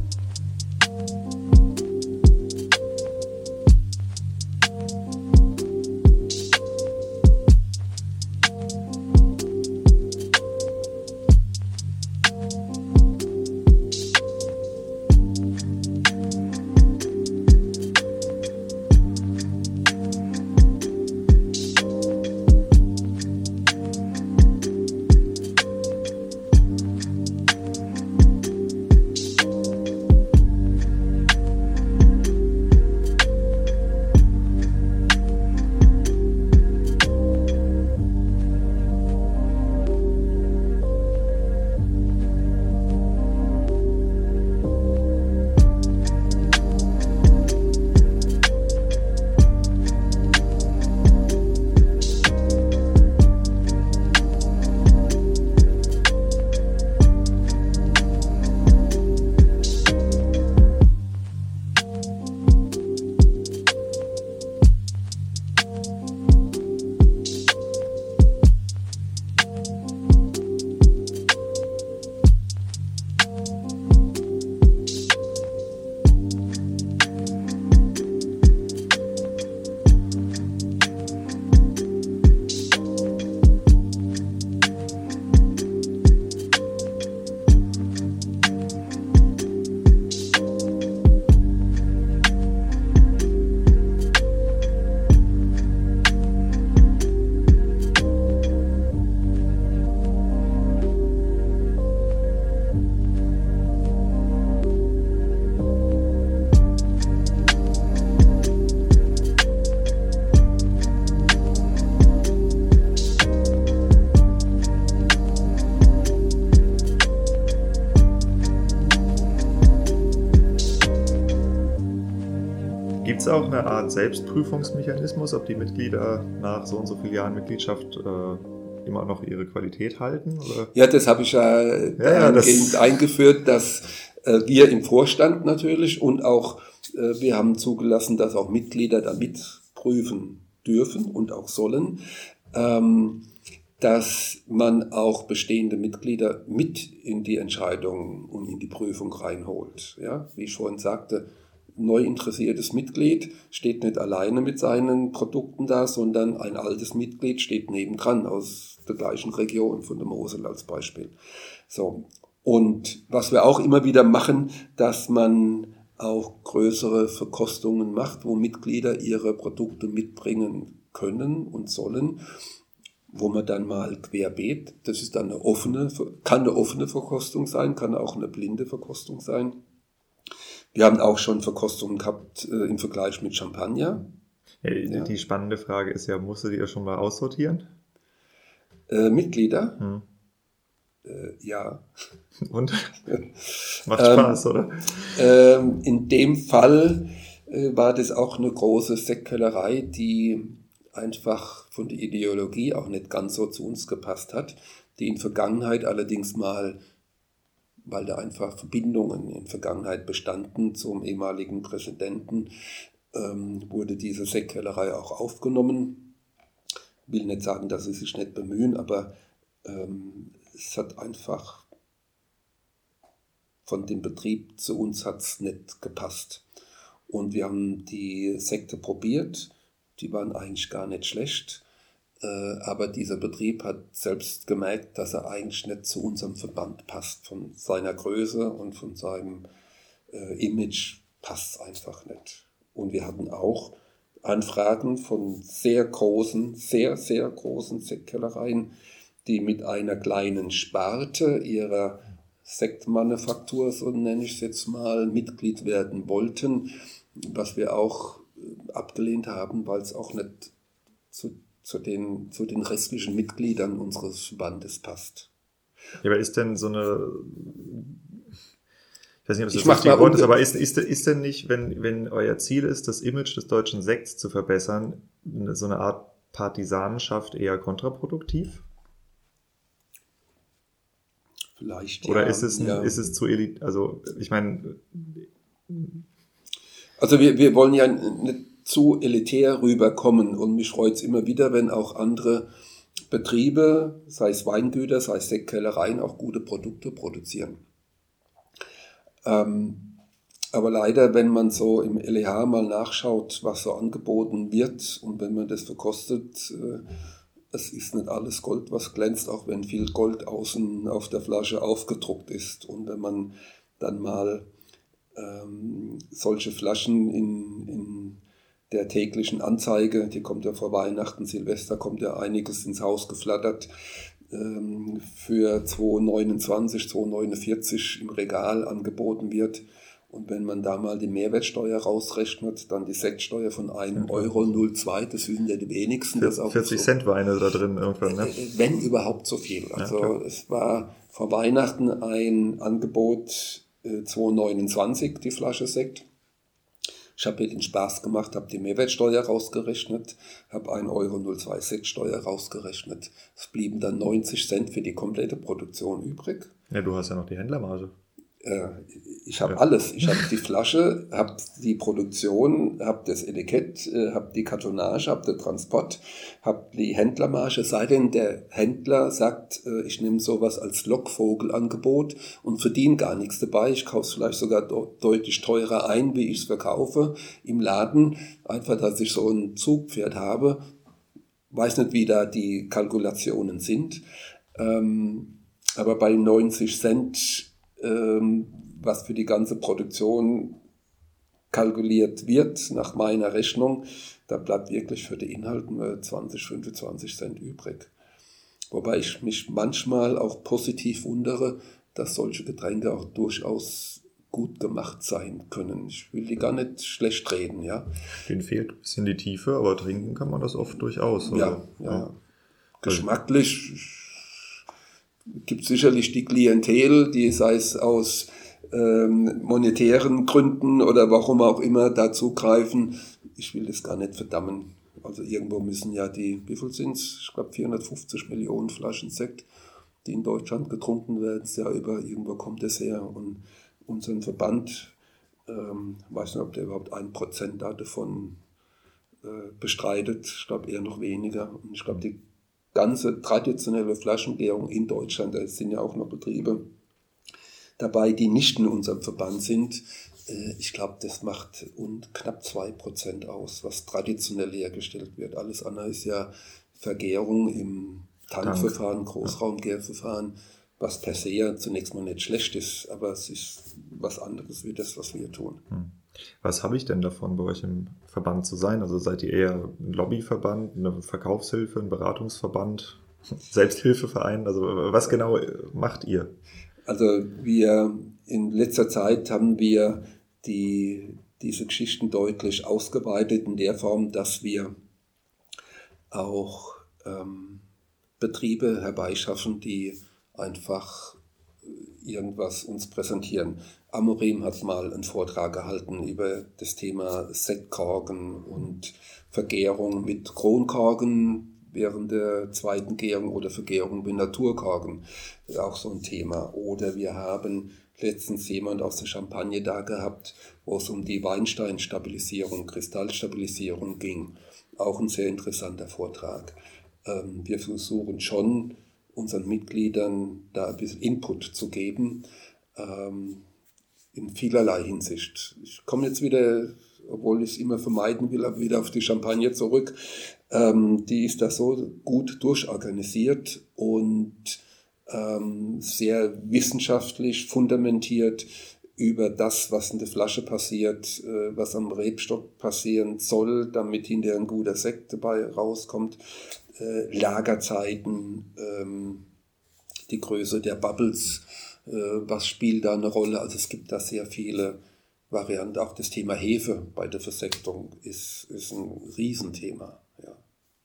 Gibt es auch eine Art Selbstprüfungsmechanismus, ob die Mitglieder nach so und so vielen Jahren Mitgliedschaft äh, immer noch ihre Qualität halten? Oder? Ja, das habe ich ja, ja, ja das eingeführt, dass äh, wir im Vorstand natürlich und auch äh, wir haben zugelassen, dass auch Mitglieder da mitprüfen dürfen und auch sollen, ähm, dass man auch bestehende Mitglieder mit in die Entscheidung und in die Prüfung reinholt. Ja, wie ich vorhin sagte, neu interessiertes Mitglied steht nicht alleine mit seinen Produkten da, sondern ein altes Mitglied steht nebendran aus der gleichen Region, von der Mosel als Beispiel. So. Und was wir auch immer wieder machen, dass man auch größere Verkostungen macht, wo Mitglieder ihre Produkte mitbringen können und sollen, wo man dann mal querbeet, das ist dann eine offene, kann eine offene Verkostung sein, kann auch eine blinde Verkostung sein. Wir haben auch schon Verkostungen gehabt äh, im Vergleich mit Champagner. Ja, ja. Die spannende Frage ist ja, musstet ihr schon mal aussortieren? Äh, Mitglieder? Hm. Äh, ja. Und? Macht Spaß, ähm, oder? Ähm, in dem Fall äh, war das auch eine große Sektkellerei, die einfach von der Ideologie auch nicht ganz so zu uns gepasst hat, die in Vergangenheit allerdings mal, weil da einfach Verbindungen in Vergangenheit bestanden zum ehemaligen Präsidenten, ähm, wurde diese Sektkellerei auch aufgenommen. will nicht sagen, dass sie sich nicht bemühen, aber ähm, es hat einfach von dem Betrieb zu uns hat's nicht gepasst. Und wir haben die Sekte probiert, die waren eigentlich gar nicht schlecht, äh, aber dieser Betrieb hat selbst gemerkt, dass er eigentlich nicht zu unserem Verband passt. Von seiner Größe und von seinem äh, Image passt es einfach nicht. Und wir hatten auch Anfragen von sehr großen, sehr, sehr großen Sektkellereien, die mit einer kleinen Sparte ihrer Sektmanufaktur, so nenne ich es jetzt mal, Mitglied werden wollten, was wir auch abgelehnt haben, weil es auch nicht zu, zu, den, zu den restlichen Mitgliedern unseres Verbandes passt. Ja, aber ist denn so eine, ich weiß nicht, ob es Ich das mach richtige mal Wort um- ist, aber ist, ist, ist denn nicht, wenn, wenn euer Ziel ist, das Image des deutschen Sekts zu verbessern, so eine Art Partisanenschaft eher kontraproduktiv? Vielleicht, Oder ja, ist es, ein, ja. ist es zu elit, also ich meine, Also wir, wir wollen ja nicht zu elitär rüberkommen und mich freut es immer wieder, wenn auch andere Betriebe, sei es Weingüter, sei es Sektkellereien, auch gute Produkte produzieren. Ähm, aber leider, wenn man so im L E H mal nachschaut, was so angeboten wird und wenn man das verkostet, äh, es ist nicht alles Gold, was glänzt, auch wenn viel Gold außen auf der Flasche aufgedruckt ist. Und wenn man dann mal ähm, solche Flaschen in, in der täglichen Anzeige, die kommt ja vor Weihnachten, Silvester, kommt ja einiges ins Haus geflattert, ähm, für zwei neunundzwanzig, zwei neunundvierzig im Regal angeboten wird. Und wenn man da mal die Mehrwertsteuer rausrechnet, dann die Sektsteuer von einem Euro null Komma zwei, das sind ja die wenigsten. Das auch vierzig so, Cent Weine da drin irgendwann, ne? wenn überhaupt so viel. Also Ja, klar. es war vor Weihnachten ein Angebot äh, zwei neunundzwanzig, die Flasche Sekt. Ich habe mir den Spaß gemacht, habe die Mehrwertsteuer rausgerechnet, habe ein Euro null Komma zwei Sektsteuer rausgerechnet. Es blieben dann neunzig Cent für die komplette Produktion übrig. Ja, du hast ja noch die Händlermarge. Äh, Ich habe Ja. alles. Ich habe die Flasche, habe die Produktion, habe das Etikett, äh, habe die Kartonage, habe den Transport, habe die Händlermarge. Sei denn der Händler sagt, äh, ich nehme sowas als Lockvogelangebot und verdiene gar nichts dabei. Ich kaufe es vielleicht sogar de- deutlich teurer ein, wie ich es verkaufe im Laden. Einfach, dass ich so ein Zugpferd habe. Weiß nicht, wie da die Kalkulationen sind. Ähm, aber bei neunzig Cent, ähm, was für die ganze Produktion kalkuliert wird, nach meiner Rechnung, da bleibt wirklich für die Inhalte nur zwanzig, fünfundzwanzig Cent übrig. Wobei ich mich manchmal auch positiv wundere, dass solche Getränke auch durchaus gut gemacht sein können. Ich will die gar nicht schlecht reden, ja. Denen fehlt ein bisschen die Tiefe, aber trinken kann man das oft durchaus. Ja, Also, ja, ja. Geschmacklich gibt es sicherlich die Klientel, die sei es aus ähm, monetären Gründen oder warum auch immer dazu greifen. Ich will das gar nicht verdammen. Also irgendwo müssen ja die, wie viel sind es? Ich glaube vierhundertfünfzig Millionen Flaschen Sekt, die in Deutschland getrunken werden, ja über, irgendwo kommt das her. Und unseren Verband, ähm, weiß nicht, ob der überhaupt ein Prozent davon äh, bestreitet. Ich glaube eher noch weniger. Und ich glaube, die ganze traditionelle Flaschengärung in Deutschland, da sind ja auch noch Betriebe dabei, die nicht in unserem Verband sind. Äh, Ich glaube, das macht und knapp zwei Prozent aus, was traditionell hergestellt wird. Alles andere ist ja Vergärung im Tankverfahren, Großraumgärverfahren, was per se ja zunächst mal nicht schlecht ist, aber es ist was anderes wie das, was wir tun. Hm. Was habe ich denn davon, bei euch im Verband zu sein? Also seid ihr eher ein Lobbyverband, eine Verkaufshilfe, ein Beratungsverband, Selbsthilfeverein? Also was genau macht ihr? Also wir in letzter Zeit haben wir die, diese Geschichten deutlich ausgeweitet in der Form, dass wir auch ähm, Betriebe herbeischaffen, die einfach irgendwas uns präsentieren. Amorim hat mal einen Vortrag gehalten über das Thema Sektkorken und Vergärung mit Kronkorken während der zweiten Gärung oder Vergärung mit Naturkorken. Das ist auch so ein Thema. Oder wir haben letztens jemand aus der Champagne da gehabt, wo es um die Weinsteinstabilisierung, Kristallstabilisierung ging. Auch ein sehr interessanter Vortrag. Ähm, wir versuchen schon, unseren Mitgliedern da ein bisschen Input zu geben, ähm, in vielerlei Hinsicht. Ich komme jetzt wieder, obwohl ich es immer vermeiden will, aber wieder auf die Champagne zurück. Ähm, die ist da so gut durchorganisiert und ähm, sehr wissenschaftlich fundamentiert über das, was in der Flasche passiert, äh, was am Rebstock passieren soll, damit hinterher ein guter Sekt dabei rauskommt. Äh, Lagerzeiten, ähm, die Größe der Bubbles, äh, was spielt da eine Rolle? Also es gibt da sehr viele Varianten. Auch das Thema Hefe bei der Versektung ist, ist ein Riesenthema. Ja.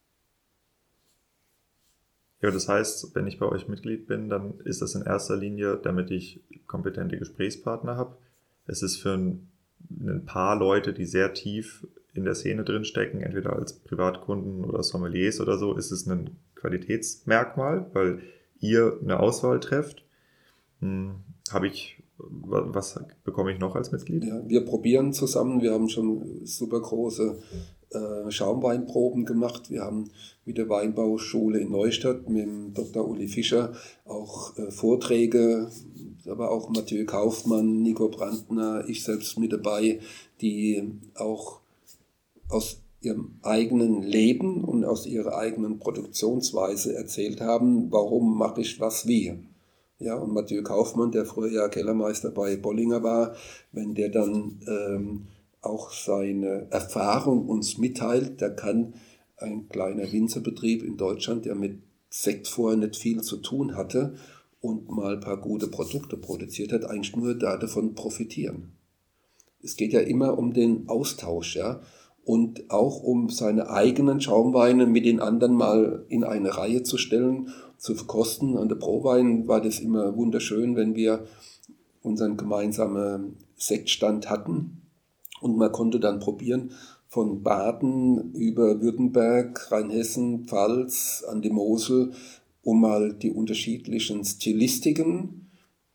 Ja, das heißt, wenn ich bei euch Mitglied bin, dann ist das in erster Linie, damit ich kompetente Gesprächspartner habe. Es ist für ein, ein paar Leute, die sehr tief in der Szene drinstecken, entweder als Privatkunden oder Sommeliers oder so, ist es ein Qualitätsmerkmal, weil ihr eine Auswahl trefft. Hm, habe ich, was bekomme ich noch als Mitglied? Ja, wir probieren zusammen, wir haben schon super große äh, Schaumweinproben gemacht. Wir haben mit der Weinbauschule in Neustadt mit dem Doktor Uli Fischer auch äh, Vorträge, aber auch Mathieu Kaufmann, Nico Brandner, ich selbst mit dabei, die auch aus ihrem eigenen Leben und aus ihrer eigenen Produktionsweise erzählt haben, warum mache ich was wie. Ja, und Mathieu Kaufmann, der früher ja Kellermeister bei Bollinger war, wenn der dann ähm, auch seine Erfahrung uns mitteilt, da kann ein kleiner Winzerbetrieb in Deutschland, der mit Sekt vorher nicht viel zu tun hatte und mal ein paar gute Produkte produziert hat, eigentlich nur davon profitieren. Es geht ja immer um den Austausch, ja, und auch um seine eigenen Schaumweine mit den anderen mal in eine Reihe zu stellen, zu verkosten. An der Prowein war das immer wunderschön, wenn wir unseren gemeinsamen Sektstand hatten und man konnte dann probieren, von Baden über Württemberg, Rheinhessen, Pfalz, an die Mosel, um mal die unterschiedlichen Stilistiken,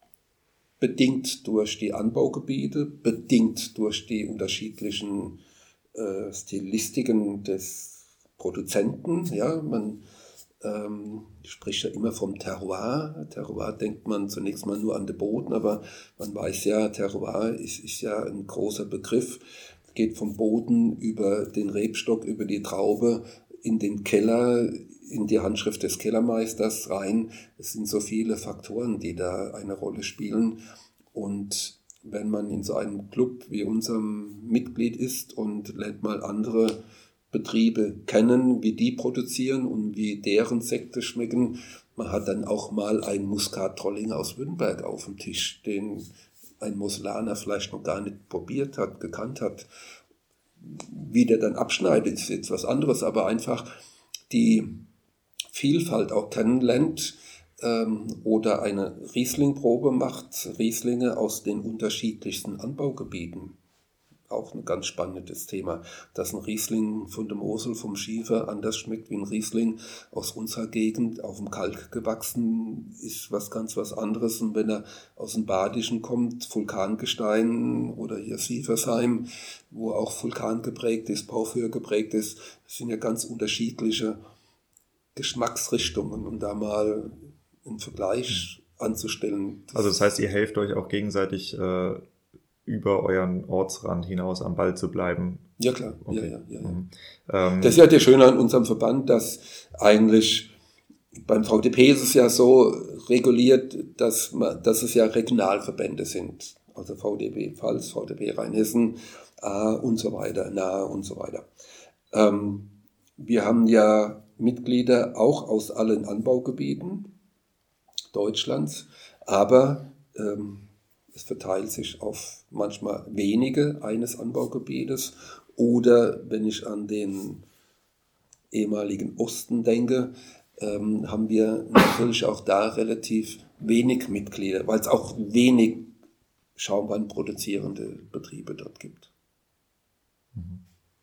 bedingt durch die Anbaugebiete, bedingt durch die unterschiedlichen äh, Stilistiken des Produzenten. Ja, man ähm, spricht ja immer vom Terroir. Terroir denkt man zunächst mal nur an den Boden, aber man weiß ja, Terroir ist, ist ja ein großer Begriff. Es geht vom Boden über den Rebstock, über die Traube, in den Keller, in die Handschrift des Kellermeisters rein. Es sind so viele Faktoren, die da eine Rolle spielen. Und wenn man in so einem Club wie unserem Mitglied ist und lernt mal andere Betriebe kennen, wie die produzieren und wie deren Sekte schmecken, man hat dann auch mal einen Muskat-Trolling aus Württemberg auf dem Tisch, den ein Moselaner vielleicht noch gar nicht probiert hat, gekannt hat. Wie der dann abschneidet, ist jetzt was anderes, aber einfach die Vielfalt auch kennenlernt ähm, oder eine Riesling-Probe macht, Rieslinge aus den unterschiedlichsten Anbaugebieten. Auch ein ganz spannendes Thema, dass ein Riesling von der Mosel, vom Schiefer anders schmeckt wie ein Riesling aus unserer Gegend, auf dem Kalk gewachsen, ist was ganz was anderes. Und wenn er aus dem Badischen kommt, Vulkangestein oder hier Sieversheim, wo auch Vulkan geprägt ist, Porphyr geprägt ist, das sind ja ganz unterschiedliche Geschmacksrichtungen, um da mal einen Vergleich anzustellen. Also das heißt, ihr helft euch auch gegenseitig äh über euren Ortsrand hinaus am Ball zu bleiben. Ja, klar. Okay. Ja, ja, ja, ja. Mhm. Ähm, das ist ja das Schöne an unserem Verband, dass eigentlich beim V D P ist es ja so reguliert, dass, man, dass es ja Regionalverbände sind. Also V D P Pfalz, V D P Rheinhessen, A und so weiter, Nahe und so weiter. Ähm, wir haben ja Mitglieder auch aus allen Anbaugebieten Deutschlands, aber ähm, es verteilt sich auf manchmal wenige eines Anbaugebietes oder wenn ich an den ehemaligen Osten denke, ähm, haben wir natürlich auch da relativ wenig Mitglieder, weil es auch wenig Schaumwein produzierende Betriebe dort gibt. Mhm.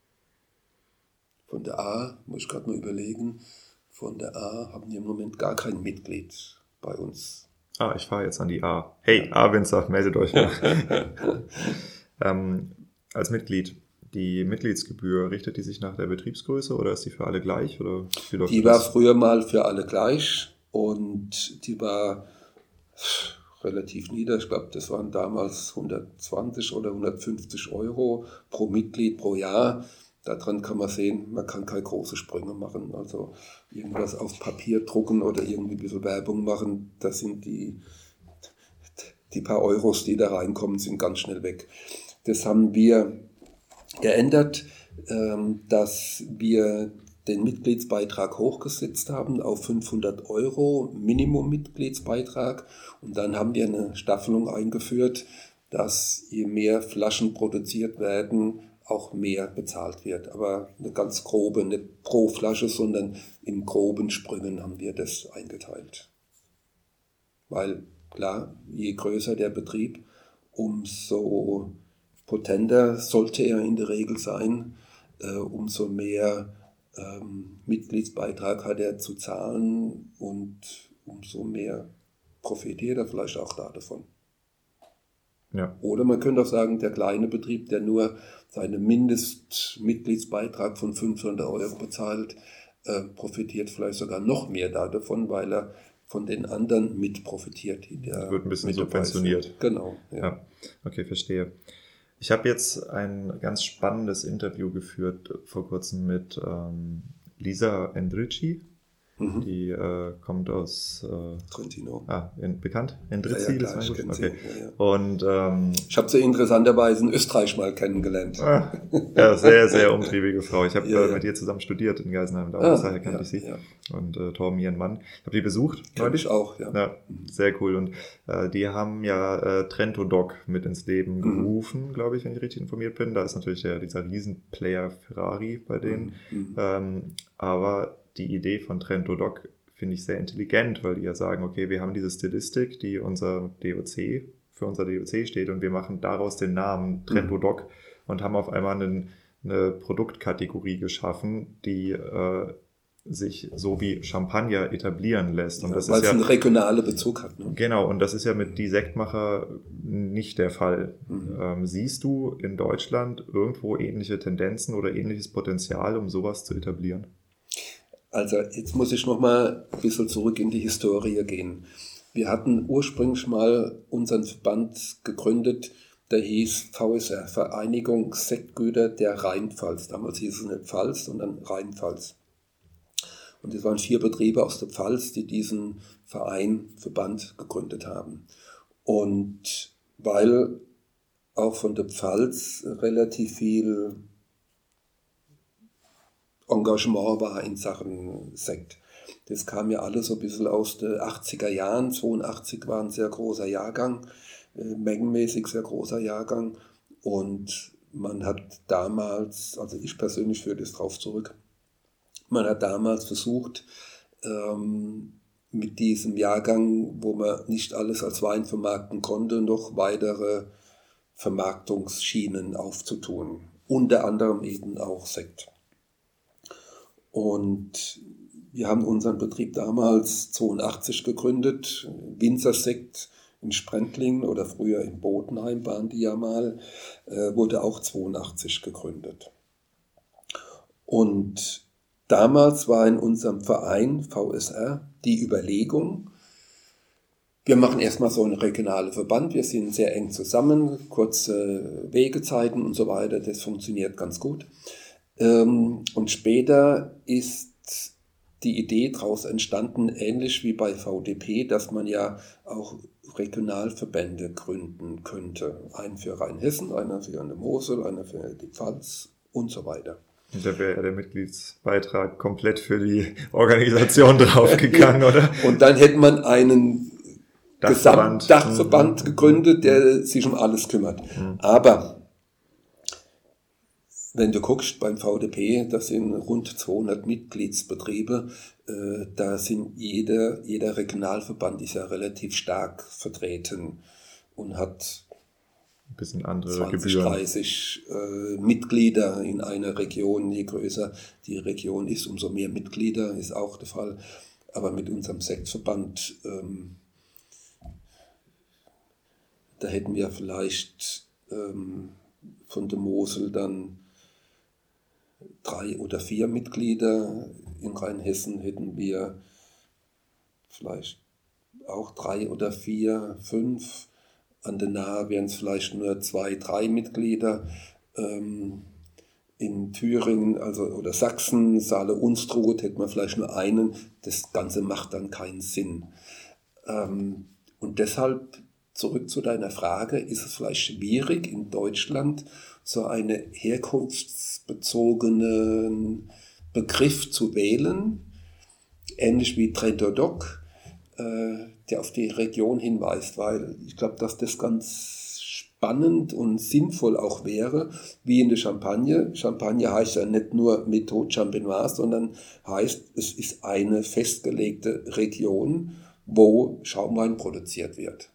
Von der A, muss ich gerade mal überlegen, von der A haben wir im Moment gar kein Mitglied bei uns. Ah, ich fahre jetzt an die A. Hey, A-Winzer, meldet euch mal. ähm, als Mitglied, Die Mitgliedsgebühr, richtet die sich nach der Betriebsgröße oder ist die für alle gleich? Oder wie läuft Die das? war früher mal für alle gleich und die war relativ nieder. Ich glaube, das waren damals hundertzwanzig oder hundertfünfzig Euro pro Mitglied pro Jahr. Daran kann man sehen, man kann keine großen Sprünge machen. Also irgendwas auf Papier drucken oder irgendwie ein bisschen Werbung machen, das sind die, die paar Euros, die da reinkommen, sind ganz schnell weg. Das haben wir geändert, dass wir den Mitgliedsbeitrag hochgesetzt haben auf fünfhundert Euro Minimum-Mitgliedsbeitrag und dann haben wir eine Staffelung eingeführt, dass je mehr Flaschen produziert werden, auch mehr bezahlt wird. Aber eine ganz grobe, nicht pro Flasche, sondern in groben Sprüngen haben wir das eingeteilt. Weil klar, je größer der Betrieb, umso potenter sollte er in der Regel sein, äh, umso mehr ähm, Mitgliedsbeitrag hat er zu zahlen und umso mehr profitiert er vielleicht auch da davon. Ja. Oder man könnte auch sagen, der kleine Betrieb, der nur seinen Mindestmitgliedsbeitrag von fünfhundert Euro bezahlt, äh, profitiert vielleicht sogar noch mehr davon, weil er von den anderen mit profitiert. Das wird ein bisschen subventioniert. Genau. Ja. ja, okay, verstehe. Ich habe jetzt ein ganz spannendes Interview geführt vor kurzem mit ähm, Lisa Endrici. Mhm. Die äh, kommt aus äh, Trentino. Ah, in, bekannt? Endrizi, ja, ja, das war gut. Okay. Ja, ja. Und ähm, ich habe sie interessanterweise in Österreich mal kennengelernt. Ah, ja, sehr, sehr umtriebige Frau. Ich habe ja, äh, ja. mit ihr zusammen studiert in Geisenheim, da ah, daher kannte ja, ich sie. Ja. Und äh, Torben, ihren Mann. Ich habe die besucht. Kenn ich auch, ja. Ja, sehr cool. Und äh, die haben ja äh, Trento Doc mit ins Leben gerufen, mhm. glaube ich, wenn ich richtig informiert bin. Da ist natürlich der, dieser Riesenplayer Ferrari bei denen. Mhm. Ähm, aber die Idee von Trento Doc finde ich sehr intelligent, weil die ja sagen, okay, wir haben diese Stilistik, die unser D O C, für unser D O C steht und wir machen daraus den Namen Trento Doc mhm. und haben auf einmal einen, eine Produktkategorie geschaffen, die äh, sich so wie Champagner etablieren lässt. Und ja, das weil ist es ja, einen regionalen Bezug hat. Ne? Genau, und das ist ja mit die Sektmacher nicht der Fall. Mhm. Ähm, siehst du in Deutschland irgendwo ähnliche Tendenzen oder ähnliches Potenzial, um sowas zu etablieren? Also jetzt muss ich noch mal ein bisschen zurück in die Historie gehen. Wir hatten ursprünglich mal unseren Verband gegründet, der hieß V S R, Vereinigung Sektgüter der Rheinpfalz. Damals hieß es nicht Pfalz, sondern Rheinpfalz. Und es waren vier Betriebe aus der Pfalz, die diesen Verein, Verband gegründet haben. Und weil auch von der Pfalz relativ viel Engagement war in Sachen Sekt. Das kam ja alles so ein bisschen aus den achtziger Jahren. zweiundachtzig war ein sehr großer Jahrgang, äh, mengenmäßig sehr großer Jahrgang. Und man hat damals, also ich persönlich führe das drauf zurück, man hat damals versucht, ähm, mit diesem Jahrgang, wo man nicht alles als Wein vermarkten konnte, noch weitere Vermarktungsschienen aufzutun. Unter anderem eben auch Sekt. Und wir haben unseren Betrieb damals zweiundachtzig gegründet, Winzersekt in Sprendlingen oder früher in Bodenheim waren die ja mal, äh, wurde auch zweiundachtzig gegründet. Und damals war in unserem Verein V S R die Überlegung, wir machen erstmal so einen regionalen Verband, wir sind sehr eng zusammen, kurze Wegezeiten und so weiter, das funktioniert ganz gut. Und später ist die Idee daraus entstanden, ähnlich wie bei V D P, dass man ja auch Regionalverbände gründen könnte. Einen für Rheinhessen, einer für eine Mosel, einer für die Pfalz und so weiter. Und da wäre ja der Mitgliedsbeitrag komplett für die Organisation draufgegangen, oder? Und dann hätte man einen Dachverband, Gesamtdachverband gegründet, der sich um alles kümmert. Mhm. Aber wenn du guckst beim V D P, das sind rund zweihundert Mitgliedsbetriebe, äh, da sind jeder, jeder Regionalverband ist ja relativ stark vertreten und hat ein bisschen andere zwanzig, Gebühren. dreißig äh, Mitglieder in einer Region. Je größer die Region ist, umso mehr Mitglieder ist auch der Fall. Aber mit unserem Sektverband, ähm, da hätten wir vielleicht ähm, von der Mosel dann drei oder vier Mitglieder. In Rheinhessen hätten wir vielleicht auch drei oder vier, fünf. An der Nahe wären es vielleicht nur zwei, drei Mitglieder. Ähm, in Thüringen, also oder Sachsen, Saale-Unstrut, hätte man vielleicht nur einen. Das Ganze macht dann keinen Sinn. Ähm, und deshalb, zurück zu deiner Frage, ist es vielleicht schwierig, in Deutschland so einen herkunftsbezogenen Begriff zu wählen, ähnlich wie Trento-Doc, äh, der auf die Region hinweist, weil ich glaube, dass das ganz spannend und sinnvoll auch wäre, wie in der Champagne. Champagne heißt ja nicht nur Méthode Champenoise, sondern heißt, es ist eine festgelegte Region, wo Schaumwein produziert wird.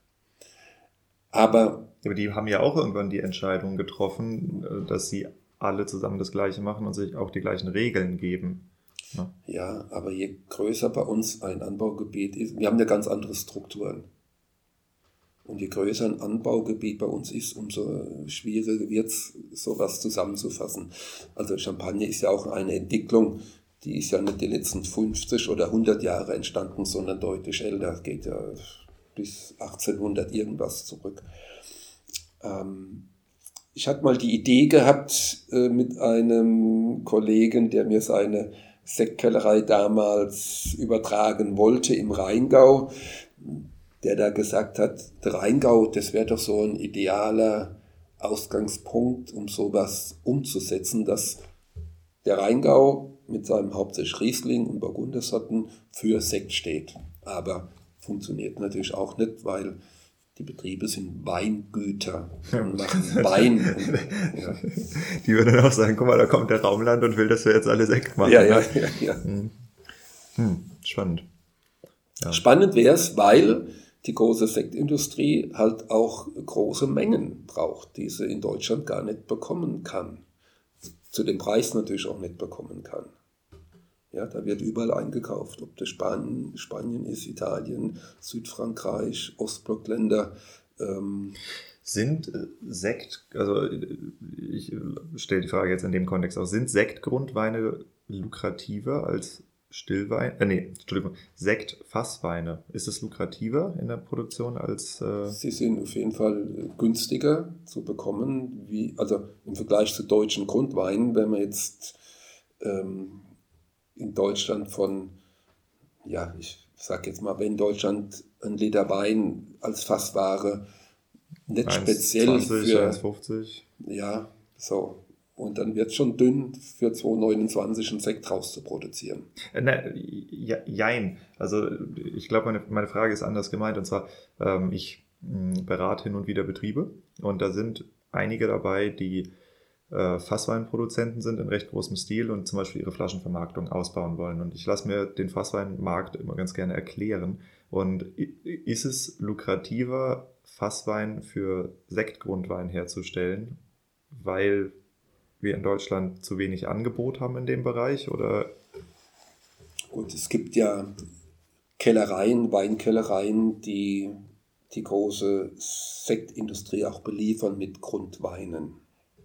Aber, Aber die haben ja auch irgendwann die Entscheidung getroffen, dass sie alle zusammen das Gleiche machen und sich auch die gleichen Regeln geben. Ne? Ja, aber je größer bei uns ein Anbaugebiet ist, wir haben ja ganz andere Strukturen. Und je größer ein Anbaugebiet bei uns ist, umso schwieriger wird es, sowas zusammenzufassen. Also Champagner ist ja auch eine Entwicklung, die ist ja nicht die letzten fünfzig oder hundert Jahre entstanden, sondern deutlich älter, geht ja bis achtzehnhundert irgendwas zurück. Ähm, ich hatte mal die Idee gehabt äh, mit einem Kollegen, der mir seine Sektkellerei damals übertragen wollte im Rheingau, der da gesagt hat, der Rheingau, das wäre doch so ein idealer Ausgangspunkt, um sowas umzusetzen, dass der Rheingau mit seinem hauptsächlich Riesling und Burgundersorten für Sekt steht. Aber funktioniert natürlich auch nicht, weil die Betriebe sind Weingüter und machen Wein. Und, ja. Die würden auch sagen, guck mal, da kommt der Raumland und will, dass wir jetzt alle Sekt machen. Ja, ja, ja. ja. Hm. Hm, spannend. Ja. Spannend wäre es, weil die große Sektindustrie halt auch große Mengen braucht, die sie in Deutschland gar nicht bekommen kann. Zu dem Preis natürlich auch nicht bekommen kann. Ja, da wird überall eingekauft, ob das Spanien, Spanien ist, Italien, Südfrankreich, Ostblockländer. Ähm. Sind Sekt, also ich stelle die Frage jetzt in dem Kontext auch, sind Sektgrundweine lukrativer als Stillwein? Äh, nee, Entschuldigung, Sektfassweine. Ist es lukrativer in der Produktion als... Äh Sie sind auf jeden Fall günstiger zu bekommen, wie, also im Vergleich zu deutschen Grundweinen, wenn man jetzt... Ähm, in Deutschland von, ja, ich sag jetzt mal, wenn Deutschland ein Liter Wein als Fassware nicht speziell eins zwanzig, für... eins fünfzig. Ja, so. Und dann wird es schon dünn, für zwei neunundzwanzig einen Sekt raus zu produzieren. Äh, ne, ja, jein. Also ich glaube, meine, meine Frage ist anders gemeint. Und zwar, ähm, ich mh, berate hin und wieder Betriebe. Und da sind einige dabei, die Fassweinproduzenten sind in recht großem Stil und zum Beispiel ihre Flaschenvermarktung ausbauen wollen. Und ich lasse mir den Fassweinmarkt immer ganz gerne erklären. Und ist es lukrativer, Fasswein für Sektgrundwein herzustellen, weil wir in Deutschland zu wenig Angebot haben in dem Bereich? Oder? Gut, es gibt ja Kellereien, Weinkellereien, die die große Sektindustrie auch beliefern mit Grundweinen.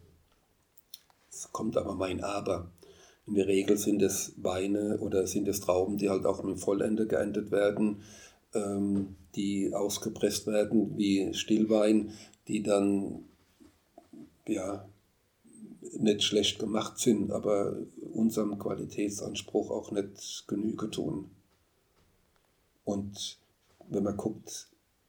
Es kommt aber mein Aber. In der Regel sind es Weine oder sind es Trauben, die halt auch mit Vollende geerntet werden, ähm, die ausgepresst werden wie Stillwein, die dann ja nicht schlecht gemacht sind, aber unserem Qualitätsanspruch auch nicht Genüge tun. Und wenn man guckt,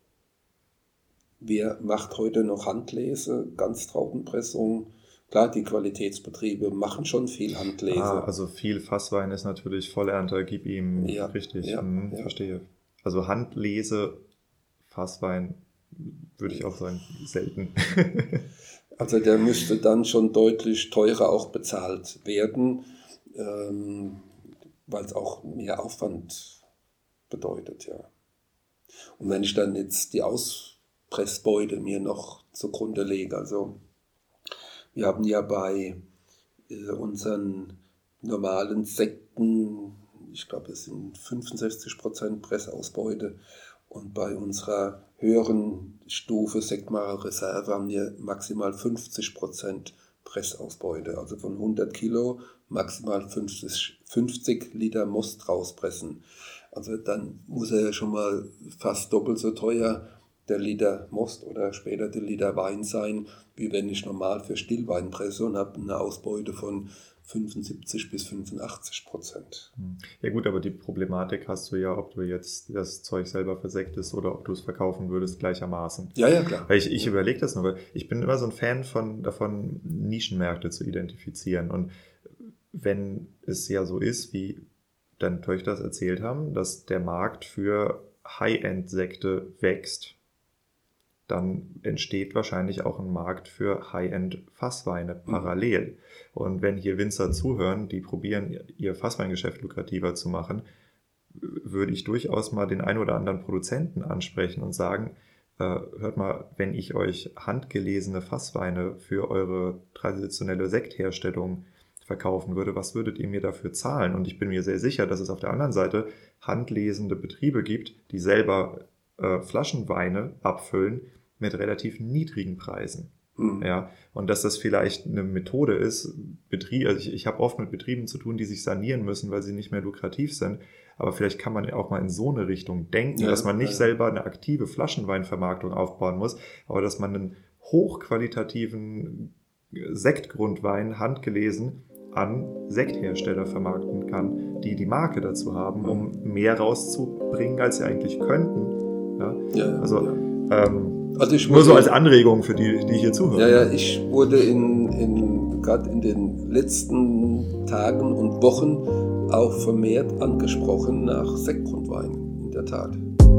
wer macht heute noch Handlese, Ganztraubenpressung? Klar, die Qualitätsbetriebe machen schon viel Handlese. Ah, also viel Fasswein ist natürlich Vollernter, gib ihm ja, richtig. Ja, hm, ja. Verstehe. Also Handlese, Fasswein, würde ich auch sagen, selten. Also der müsste dann schon deutlich teurer auch bezahlt werden, ähm, weil es auch mehr Aufwand bedeutet, ja. Und wenn ich dann jetzt die Auspressbeute mir noch zugrunde lege, also wir haben ja bei äh, unseren normalen Sekten, ich glaube es sind fünfundsechzig Prozent Pressausbeute und bei unserer höheren Stufe Sektmacher Reserve haben wir maximal fünfzig Prozent Pressausbeute. Also von hundert Kilo maximal fünfzig, fünfzig Liter Most rauspressen. Also dann muss er schon mal fast doppelt so teuer der Liter Most oder später der Liter Wein sein, wie wenn ich normal für Stillwein presse und habe eine Ausbeute von fünfundsiebzig bis fünfundachtzig Prozent. Ja gut, aber die Problematik hast du ja, ob du jetzt das Zeug selber versektest oder ob du es verkaufen würdest, gleichermaßen. Ja, ja, klar. Weil ich, ich überlege das nur, weil ich bin immer so ein Fan von, davon, Nischenmärkte zu identifizieren. Und wenn es ja so ist, wie deine Töchter es erzählt haben, dass der Markt für High-End-Sekte wächst, dann entsteht wahrscheinlich auch ein Markt für High-End-Fassweine parallel. Und wenn hier Winzer zuhören, die probieren, ihr Fassweingeschäft lukrativer zu machen, würde ich durchaus mal den einen oder anderen Produzenten ansprechen und sagen, äh, hört mal, wenn ich euch handgelesene Fassweine für eure traditionelle Sektherstellung verkaufen würde, was würdet ihr mir dafür zahlen? Und ich bin mir sehr sicher, dass es auf der anderen Seite handlesende Betriebe gibt, die selber äh, Flaschenweine abfüllen, mit relativ niedrigen Preisen. Mhm. Ja, und dass das vielleicht eine Methode ist, Betrieb, also ich, ich habe oft mit Betrieben zu tun, die sich sanieren müssen, weil sie nicht mehr lukrativ sind, aber vielleicht kann man auch mal in so eine Richtung denken, ja, dass man nicht ja. selber eine aktive Flaschenweinvermarktung aufbauen muss, aber dass man einen hochqualitativen Sektgrundwein handgelesen an Sekthersteller vermarkten kann, die die Marke dazu haben, um mehr rauszubringen, als sie eigentlich könnten. Ja, ja also ja. Ähm, Also ich Nur so als Anregung für die, die hier zuhören. Ja, ja, ich wurde in, in, gerade in den letzten Tagen und Wochen auch vermehrt angesprochen nach Sektgrundwein, in der Tat.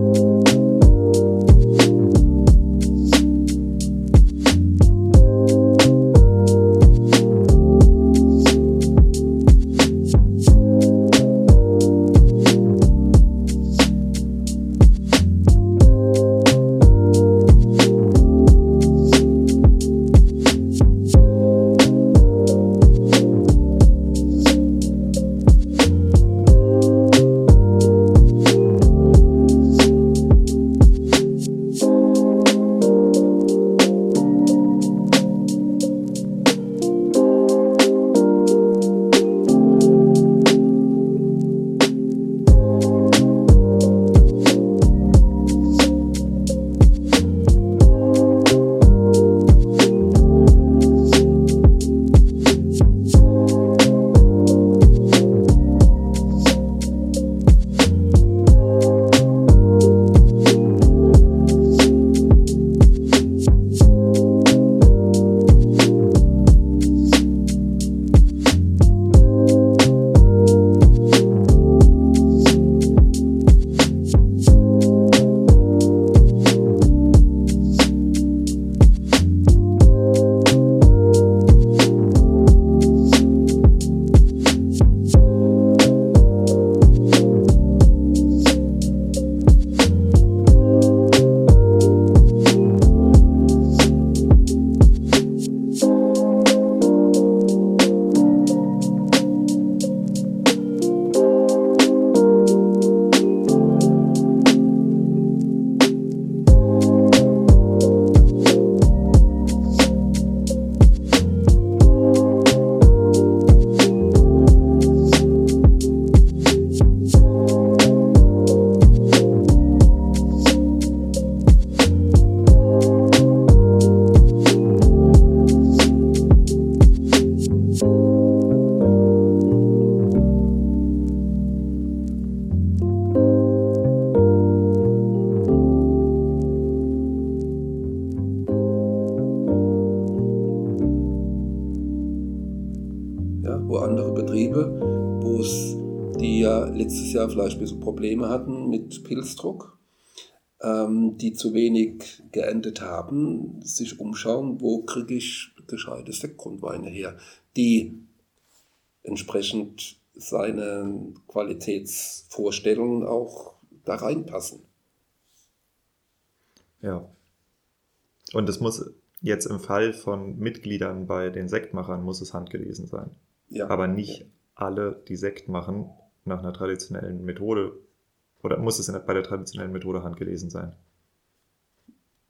Letztes Jahr vielleicht ein bisschen Probleme hatten mit Pilzdruck, ähm, die zu wenig geerntet haben, sich umschauen, wo kriege ich gescheite Sektgrundweine her, die entsprechend seinen Qualitätsvorstellungen auch da reinpassen. Ja. Und es muss jetzt im Fall von Mitgliedern bei den Sektmachern muss es handgelesen sein. Ja. Aber nicht ja. alle, die Sekt machen, nach einer traditionellen Methode, oder muss es bei der traditionellen Methode handgelesen sein?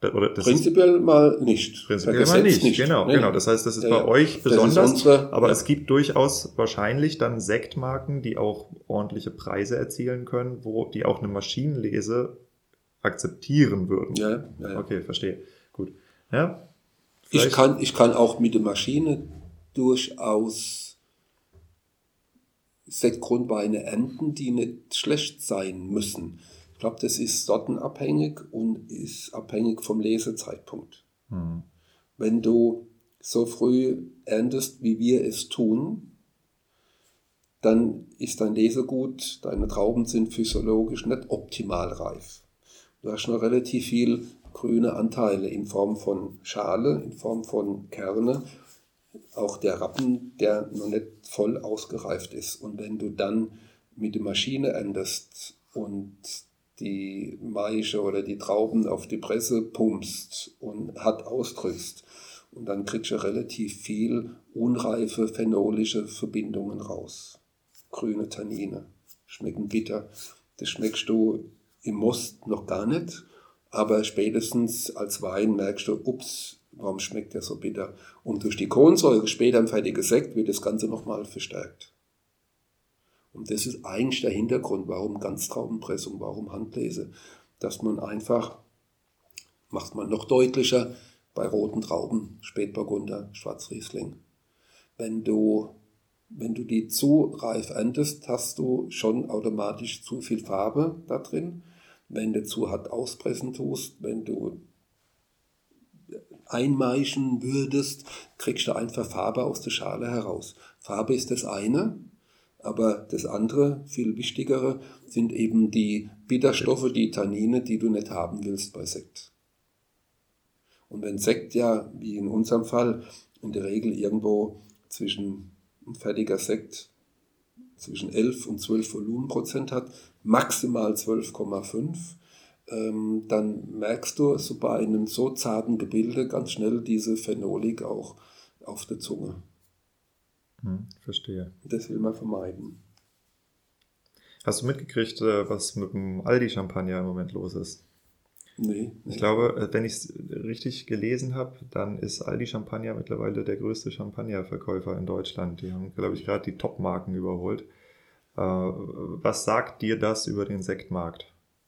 Oder das prinzipiell ist, mal nicht. Prinzipiell mal nicht, nicht. Genau, nee. genau. Das heißt, das ist ja, bei ja. euch besonders, unsere, aber ja. es gibt durchaus wahrscheinlich dann Sektmarken, die auch ordentliche Preise erzielen können, wo die auch eine Maschinenlese akzeptieren würden. Ja, ja, ja. Okay, verstehe. Gut. Ja, ich, kann, ich kann auch mit der Maschine durchaus Sektgrundweine ernten, die nicht schlecht sein müssen. Ich glaube, das ist sortenabhängig und ist abhängig vom Lesezeitpunkt. Hm. Wenn du so früh erntest, wie wir es tun, dann ist dein Lesegut, deine Trauben sind physiologisch nicht optimal reif. Du hast noch relativ viel grüne Anteile in Form von Schale, in Form von Kerne, auch der Rappen, der noch nicht voll ausgereift ist. Und wenn du dann mit der Maschine erntest und die Maische oder die Trauben auf die Presse pumpst und hart ausdrückst, und dann kriegst du relativ viel unreife phenolische Verbindungen raus. Grüne Tannine, schmecken bitter. Das schmeckst du im Most noch gar nicht, aber spätestens als Wein merkst du, ups, warum schmeckt der so bitter? Und durch die Kohlensäure später im fertigen Sekt wird das Ganze nochmal verstärkt. Und das ist eigentlich der Hintergrund, warum Ganztraubenpressung, warum Handlese, dass man einfach, macht man noch deutlicher, bei roten Trauben, Spätburgunder, Schwarzriesling. Wenn du, wenn du die zu reif erntest, hast du schon automatisch zu viel Farbe da drin. Wenn du zu hart auspressen tust, wenn du einmeischen würdest, kriegst du einfach Farbe aus der Schale heraus. Farbe ist das eine, aber das andere, viel wichtigere, sind eben die Bitterstoffe, die Tannine, die du nicht haben willst bei Sekt. Und wenn Sekt ja, wie in unserem Fall, in der Regel irgendwo zwischen ein fertiger Sekt zwischen elf und zwölf Volumenprozent hat, maximal zwölf Komma fünf, ähm, dann merkst du so bei einem so zarten Gebilde ganz schnell diese Phenolik auch auf der Zunge. Hm, verstehe. Das will man vermeiden. Hast du mitgekriegt, was mit dem Aldi-Champagner im Moment los ist? Nee. Ich glaube, wenn ich es richtig gelesen habe, dann ist Aldi Champagner mittlerweile der größte Champagnerverkäufer in Deutschland. Die haben, glaube ich, gerade die Top-Marken überholt. Äh, was sagt dir das über den Sektmarkt?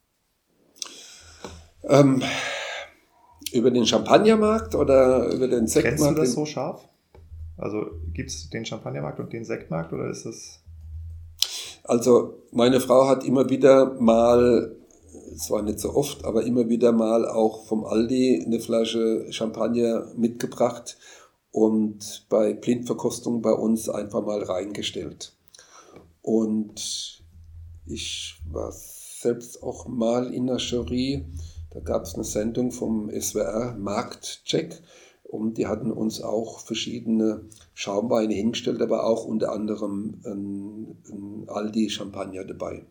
Ähm, über den Champagnermarkt oder über den Sektmarkt? Kennst du das so scharf? Also gibt es den Champagnermarkt und den Sektmarkt oder ist das... Also meine Frau hat immer wieder mal, zwar nicht so oft, aber immer wieder mal auch vom Aldi eine Flasche Champagner mitgebracht und bei Blindverkostung bei uns einfach mal reingestellt. Und ich war selbst auch mal in der Jury, da gab es eine Sendung vom S W R, Marktcheck, und die hatten uns auch verschiedene Schaumweine hingestellt, aber auch unter anderem ein, ein Aldi-Champagner dabei.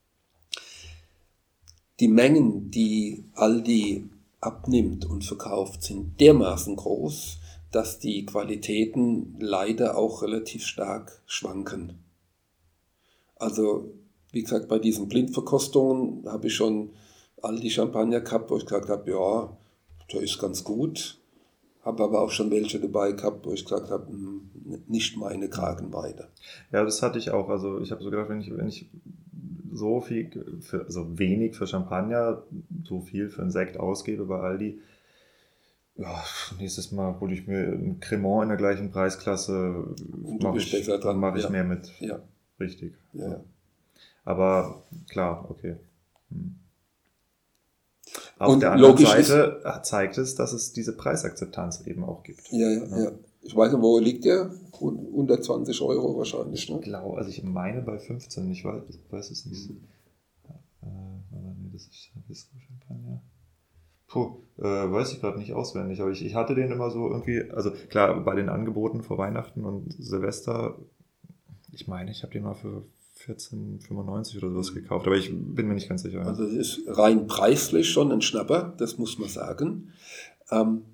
Die Mengen, die Aldi abnimmt und verkauft, sind dermaßen groß, dass die Qualitäten leider auch relativ stark schwanken. Also, wie gesagt, bei diesen Blindverkostungen habe ich schon Aldi-Champagner gehabt, wo ich gesagt habe, ja, der ist ganz gut. Habe aber auch schon welche dabei gehabt, wo ich gesagt habe, nicht meine Kragenweide. Ja, das hatte ich auch. Also ich habe so gedacht, wenn ich, wenn ich so viel, für, also wenig für Champagner, so viel für einen Sekt ausgebe bei Aldi, ja, nächstes Mal hole ich mir ein Cremant in der gleichen Preisklasse, mache ich, dann mache ich ja. mehr mit. Ja. Richtig. Ja, ja. Aber klar, okay. Hm. Auf und der anderen Seite ist, zeigt es, dass es diese Preisakzeptanz eben auch gibt. Ja, ja, ja. ja. Ich weiß nicht, wo liegt der? Unter zwanzig Euro wahrscheinlich, ne? Ich glaube, also ich meine bei fünfzehn, ich weiß, ich weiß es nicht. Mhm. Ja, äh, nee, das ist Hibisco-Champagner. Puh, äh, weiß ich gerade nicht auswendig, aber ich, ich hatte den immer so irgendwie, also klar, bei den Angeboten vor Weihnachten und Silvester, ich meine, ich habe den mal für vierzehn fünfundneunzig oder sowas gekauft, aber ich bin mir nicht ganz sicher. Also es ist rein preislich schon ein Schnapper, das muss man sagen. Ähm,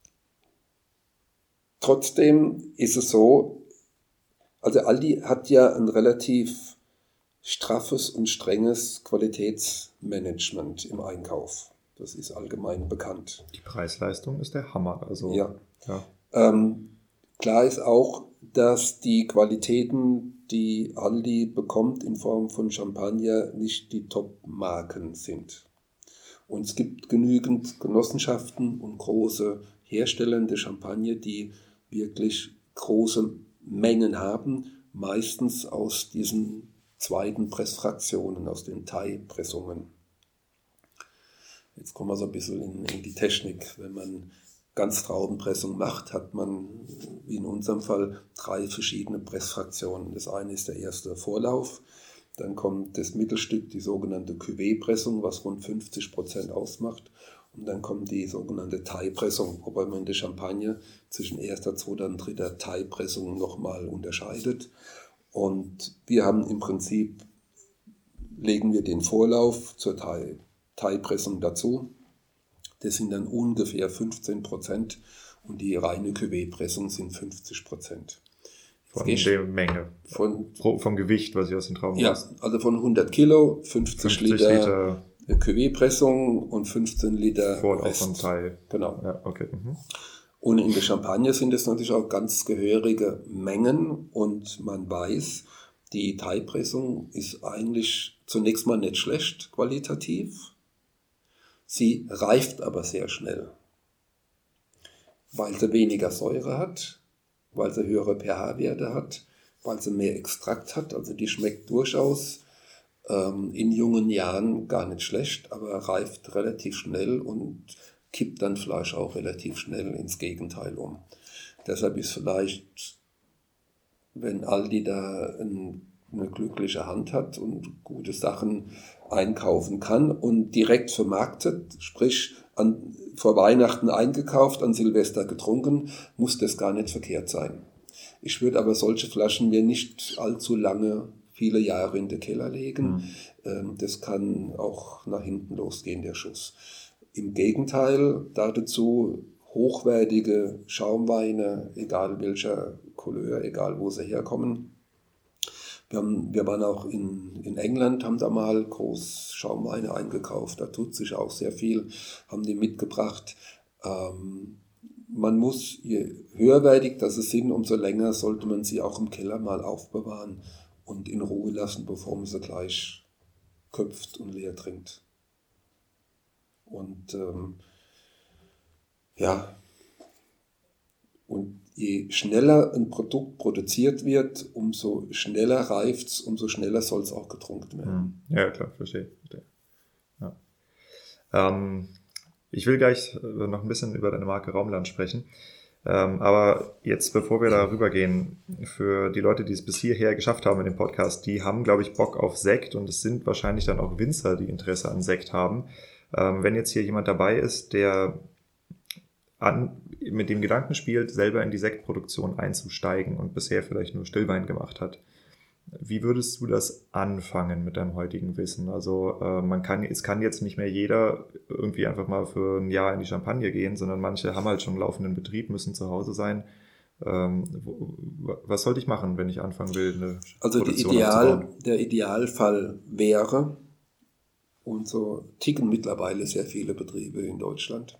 trotzdem ist es so, also Aldi hat ja ein relativ straffes und strenges Qualitätsmanagement im Einkauf. Das ist allgemein bekannt. Die Preis-Leistung ist der Hammer. Also, ja. ja. Ähm, klar ist auch, dass die Qualitäten, die Aldi bekommt in Form von Champagner, nicht die Top-Marken sind. Und es gibt genügend Genossenschaften und große herstellende Champagner, die wirklich große Mengen haben, meistens aus diesen zweiten Pressfraktionen, aus den Thai-Pressungen. Jetzt kommen wir so ein bisschen in, in die Technik. Wenn man Ganztraubenpressung macht, hat man, wie in unserem Fall, drei verschiedene Pressfraktionen. Das eine ist der erste Vorlauf, dann kommt das Mittelstück, die sogenannte Cuvée-Pressung, was rund fünfzig Prozent ausmacht. Und dann kommt die sogenannte Thai-Pressung, wobei man in der Champagne zwischen erster, zweiter und dritter Thai-Pressung nochmal unterscheidet. Und wir haben im Prinzip, legen wir den Vorlauf zur Thai, Thai-Pressung dazu. Das sind dann ungefähr fünfzehn Prozent und die reine Cuvée-Pressung sind fünfzig Prozent. Von der Menge, von, vom Gewicht, was ich aus den Trauben Ja, raus. also von hundert Kilo, fünfzig, fünfzig Liter, Liter Cuvée-Pressung und fünfzehn Liter Vorlauf Rest. von Thai. Genau. Ja, okay. Mhm. Und in der Champagne sind es natürlich auch ganz gehörige Mengen und man weiß, die Thai-Pressung ist eigentlich zunächst mal nicht schlecht qualitativ. Sie reift aber sehr schnell, weil sie weniger Säure hat, weil sie höhere pH-Werte hat, weil sie mehr Extrakt hat. Also die schmeckt durchaus ähm, in jungen Jahren gar nicht schlecht, aber reift relativ schnell und kippt dann Fleisch auch relativ schnell ins Gegenteil um. Deshalb ist vielleicht, wenn Aldi da ein, eine glückliche Hand hat und gute Sachen einkaufen kann und direkt vermarktet, sprich an, vor Weihnachten eingekauft, an Silvester getrunken, muss das gar nicht verkehrt sein. Ich würde aber solche Flaschen mir nicht allzu lange, viele Jahre in den Keller legen. Mhm. Das kann auch nach hinten losgehen, der Schuss. Im Gegenteil, dazu hochwertige Schaumweine, egal welcher Couleur, egal wo sie herkommen. Wir, haben, wir waren auch in, in England, haben da mal groß Schaumweine eingekauft, da tut sich auch sehr viel, haben die mitgebracht. Ähm, man muss, je höherwertig das sie sind, umso länger sollte man sie auch im Keller mal aufbewahren und in Ruhe lassen, bevor man sie gleich köpft und leer trinkt. Und ähm, ja, und je schneller ein Produkt produziert wird, umso schneller reift es, umso schneller soll es auch getrunken werden. Ja, klar, verstehe. Ja. Ähm, ich will gleich noch ein bisschen über deine Marke Raumland sprechen. Ähm, aber jetzt, bevor wir da rübergehen, für die Leute, die es bis hierher geschafft haben in dem Podcast, die haben, glaube ich, Bock auf Sekt und es sind wahrscheinlich dann auch Winzer, die Interesse an Sekt haben. Ähm, wenn jetzt hier jemand dabei ist, der an, mit dem Gedanken spielt, selber in die Sektproduktion einzusteigen und bisher vielleicht nur Stillwein gemacht hat, wie würdest du das anfangen mit deinem heutigen Wissen? Also äh, man kann, es kann jetzt nicht mehr jeder irgendwie einfach mal für ein Jahr in die Champagne gehen, sondern manche haben halt schon einen laufenden Betrieb, müssen zu Hause sein. Ähm, wo, was sollte ich machen, wenn ich anfangen will, eine also Produktion Ideal, aufzubauen? Der Idealfall wäre, und so ticken mittlerweile sehr viele Betriebe in Deutschland,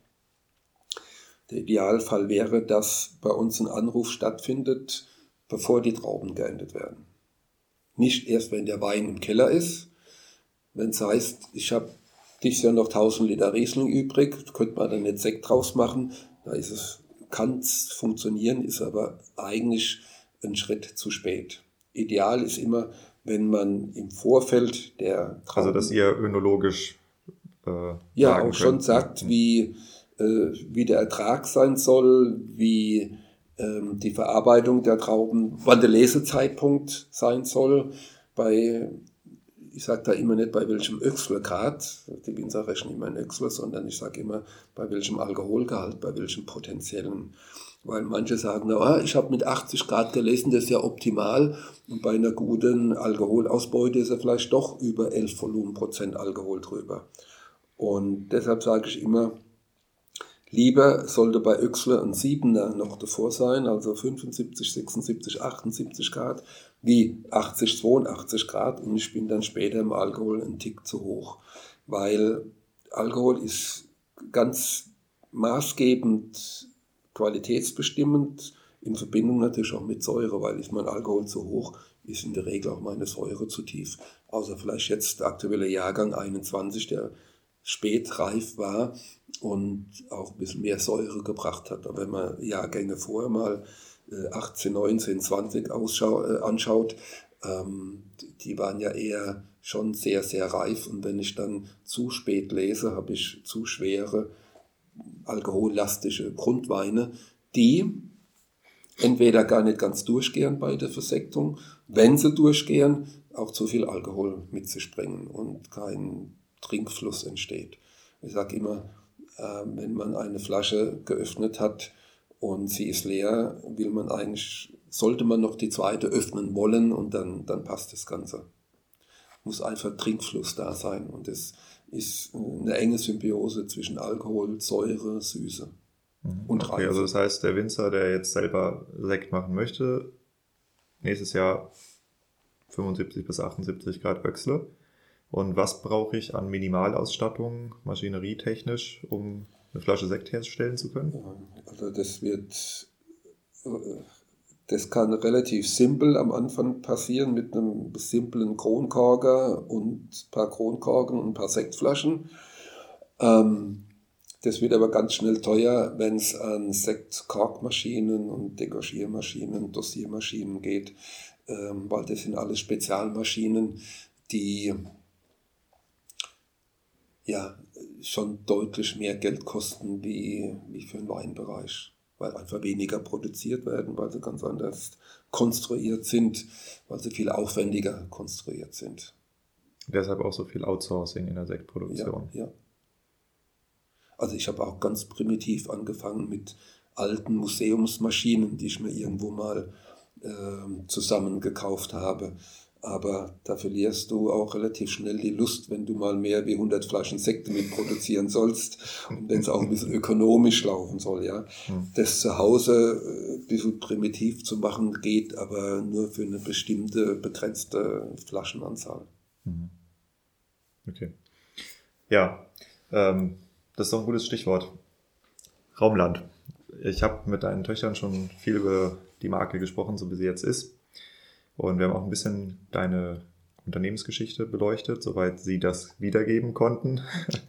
der Idealfall wäre, dass bei uns ein Anruf stattfindet, bevor die Trauben geerntet werden. Nicht erst, wenn der Wein im Keller ist. Wenn es heißt, ich habe dieses Jahr noch tausend Liter Riesling übrig, könnte man dann nicht Sekt draus machen. Da ist es, kann es funktionieren, ist aber eigentlich ein Schritt zu spät. Ideal ist immer, wenn man im Vorfeld der Trauben... Also, dass ihr önologisch äh, ja auch schon sagt, wie, äh, wie der Ertrag sein soll, wie die Verarbeitung der Trauben, wann der Lesezeitpunkt sein soll, bei, ich sage da immer nicht bei welchem Öchslergrad, die Winzer rechnen immer in Öchsler, sondern ich sage immer bei welchem Alkoholgehalt, bei welchem potenziellen. Weil manche sagen, na, ich habe mit achtzig Grad gelesen, das ist ja optimal, und bei einer guten Alkoholausbeute ist er vielleicht doch über elf Volumenprozent Alkohol drüber. Und deshalb sage ich immer, lieber sollte bei Öchsler ein Siebener noch davor sein, also fünfundsiebzig, sechsundsiebzig, achtundsiebzig Grad, wie achtzig, zweiundachtzig Grad, und ich bin dann später im Alkohol ein Tick zu hoch. Weil Alkohol ist ganz maßgebend qualitätsbestimmend, in Verbindung natürlich auch mit Säure, weil ist mein Alkohol zu hoch, ist in der Regel auch meine Säure zu tief. Außer vielleicht jetzt der aktuelle Jahrgang einundzwanzig, der spät reif war und auch ein bisschen mehr Säure gebracht hat. Aber wenn man Jahrgänge vorher mal achtzehn, neunzehn, zwanzig ausschau, äh, anschaut, ähm, die waren ja eher schon sehr, sehr reif. Und wenn ich dann zu spät lese, habe ich zu schwere, alkohollastische Grundweine, die entweder gar nicht ganz durchgehen bei der Versektung, wenn sie durchgehen, auch zu viel Alkohol mit sich bringen und kein Trinkfluss entsteht. Ich sage immer, äh, wenn man eine Flasche geöffnet hat und sie ist leer, will man eigentlich, sollte man noch die zweite öffnen wollen und dann, dann passt das Ganze. Muss einfach Trinkfluss da sein und es ist eine enge Symbiose zwischen Alkohol, Säure, Süße und okay, Reife. also das heißt, der Winzer, der jetzt selber Sekt machen möchte, nächstes Jahr fünfundsiebzig bis achtundsiebzig Grad Öchsle. Und was brauche ich an Minimalausstattung, maschinerietechnisch, um eine Flasche Sekt herstellen zu können? Also das wird, das kann relativ simpel am Anfang passieren mit einem simplen Kronkorker und ein paar Kronkorken und ein paar Sektflaschen. Das wird aber ganz schnell teuer, wenn es an Sektkorkmaschinen und Degorgiermaschinen, Dosiermaschinen geht, weil das sind alles Spezialmaschinen, die ja schon deutlich mehr Geld kosten wie, wie für den Weinbereich, weil einfach weniger produziert werden, weil sie ganz anders konstruiert sind, weil sie viel aufwendiger konstruiert sind. Deshalb auch so viel Outsourcing in der Sektproduktion. Ja, ja. Also ich habe auch ganz primitiv angefangen mit alten Museumsmaschinen, die ich mir irgendwo mal äh, zusammen gekauft habe. Aber da verlierst du auch relativ schnell die Lust, wenn du mal mehr wie hundert Flaschen Sekt mit produzieren sollst und wenn es auch ein bisschen ökonomisch laufen soll. Ja. Mhm. Das zu Hause ein bisschen primitiv zu machen geht, aber nur für eine bestimmte, begrenzte Flaschenanzahl. Mhm. Okay. Ja, ähm, das ist doch ein gutes Stichwort. Raumland. Ich habe mit deinen Töchtern schon viel über die Marke gesprochen, so wie sie jetzt ist. Und wir haben auch ein bisschen deine Unternehmensgeschichte beleuchtet, soweit sie das wiedergeben konnten.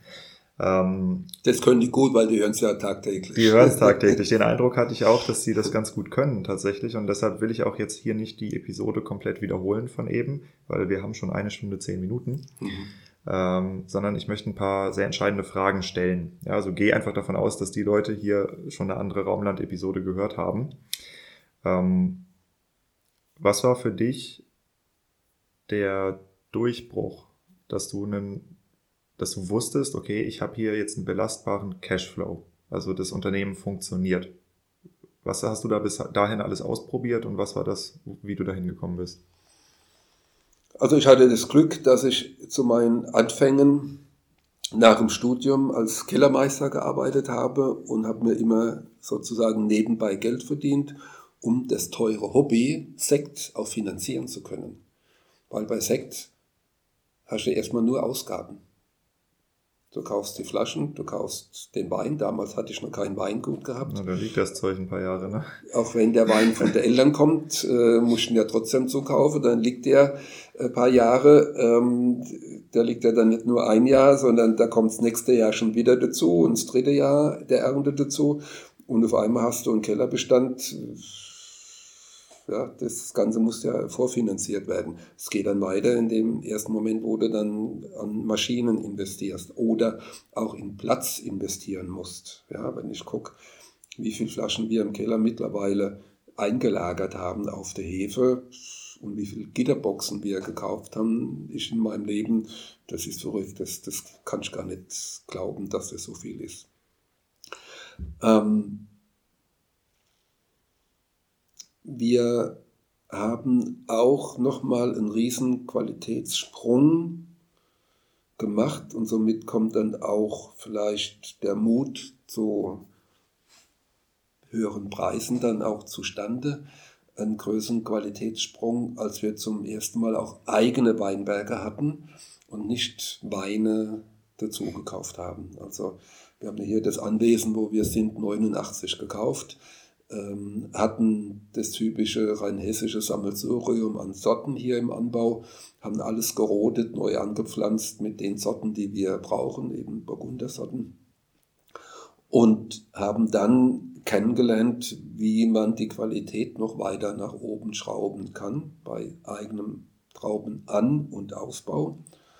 ähm, das können die gut, weil die hören es ja tagtäglich. Die hören es tagtäglich. Den Eindruck hatte ich auch, dass sie das ganz gut können tatsächlich. Und deshalb will ich auch jetzt hier nicht die Episode komplett wiederholen von eben, weil wir haben schon eine Stunde, zehn Minuten. Mhm. Ähm, sondern ich möchte ein paar sehr entscheidende Fragen stellen. Ja, also geh einfach davon aus, dass die Leute hier schon eine andere Raumland-Episode gehört haben. Ähm, Was war für dich der Durchbruch, dass du einen, dass du wusstest, okay, ich habe hier jetzt einen belastbaren Cashflow, also das Unternehmen funktioniert? Was hast du da bis dahin alles ausprobiert und was war das, wie du dahin gekommen bist? Also ich hatte das Glück, dass ich zu meinen Anfängen nach dem Studium als Kellermeister gearbeitet habe und habe mir immer sozusagen nebenbei Geld verdient, um das teure Hobby Sekt auch finanzieren zu können. Weil bei Sekt hast du erstmal nur Ausgaben. Du kaufst die Flaschen, du kaufst den Wein. Damals hatte ich noch kein Weingut gehabt. Na, da liegt das Zeug ein paar Jahre, ne? Auch wenn der Wein von den Eltern kommt, äh, musst du ihn ja trotzdem zukaufen. Dann liegt der ein paar Jahre. Ähm, da liegt er dann nicht nur ein Jahr, sondern da kommt das nächste Jahr schon wieder dazu und das dritte Jahr der Ernte dazu. Und auf einmal hast du einen Kellerbestand. Ja, das Ganze muss ja vorfinanziert werden. Es geht dann weiter in dem ersten Moment, wo du dann an Maschinen investierst oder auch in Platz investieren musst. Ja, wenn ich gucke, wie viele Flaschen wir im Keller mittlerweile eingelagert haben auf der Hefe und wie viele Gitterboxen wir gekauft haben, ich in meinem Leben, das ist verrückt. Das, das kann ich gar nicht glauben, dass das so viel ist. Ähm, Wir haben auch nochmal einen riesen Qualitätssprung gemacht und somit kommt dann auch vielleicht der Mut zu höheren Preisen dann auch zustande. Einen größeren Qualitätssprung, als wir zum ersten Mal auch eigene Weinberge hatten und nicht Weine dazu gekauft haben. Also wir haben hier das Anwesen, wo wir sind, neunundachtzig gekauft, ähm, hatten das typische rheinhessische Sammelsurium an Sorten hier im Anbau, haben alles gerodet, neu angepflanzt mit den Sorten, die wir brauchen, eben Burgundersorten. Und haben dann kennengelernt, wie man die Qualität noch weiter nach oben schrauben kann bei eigenem Traubenan- und Ausbau.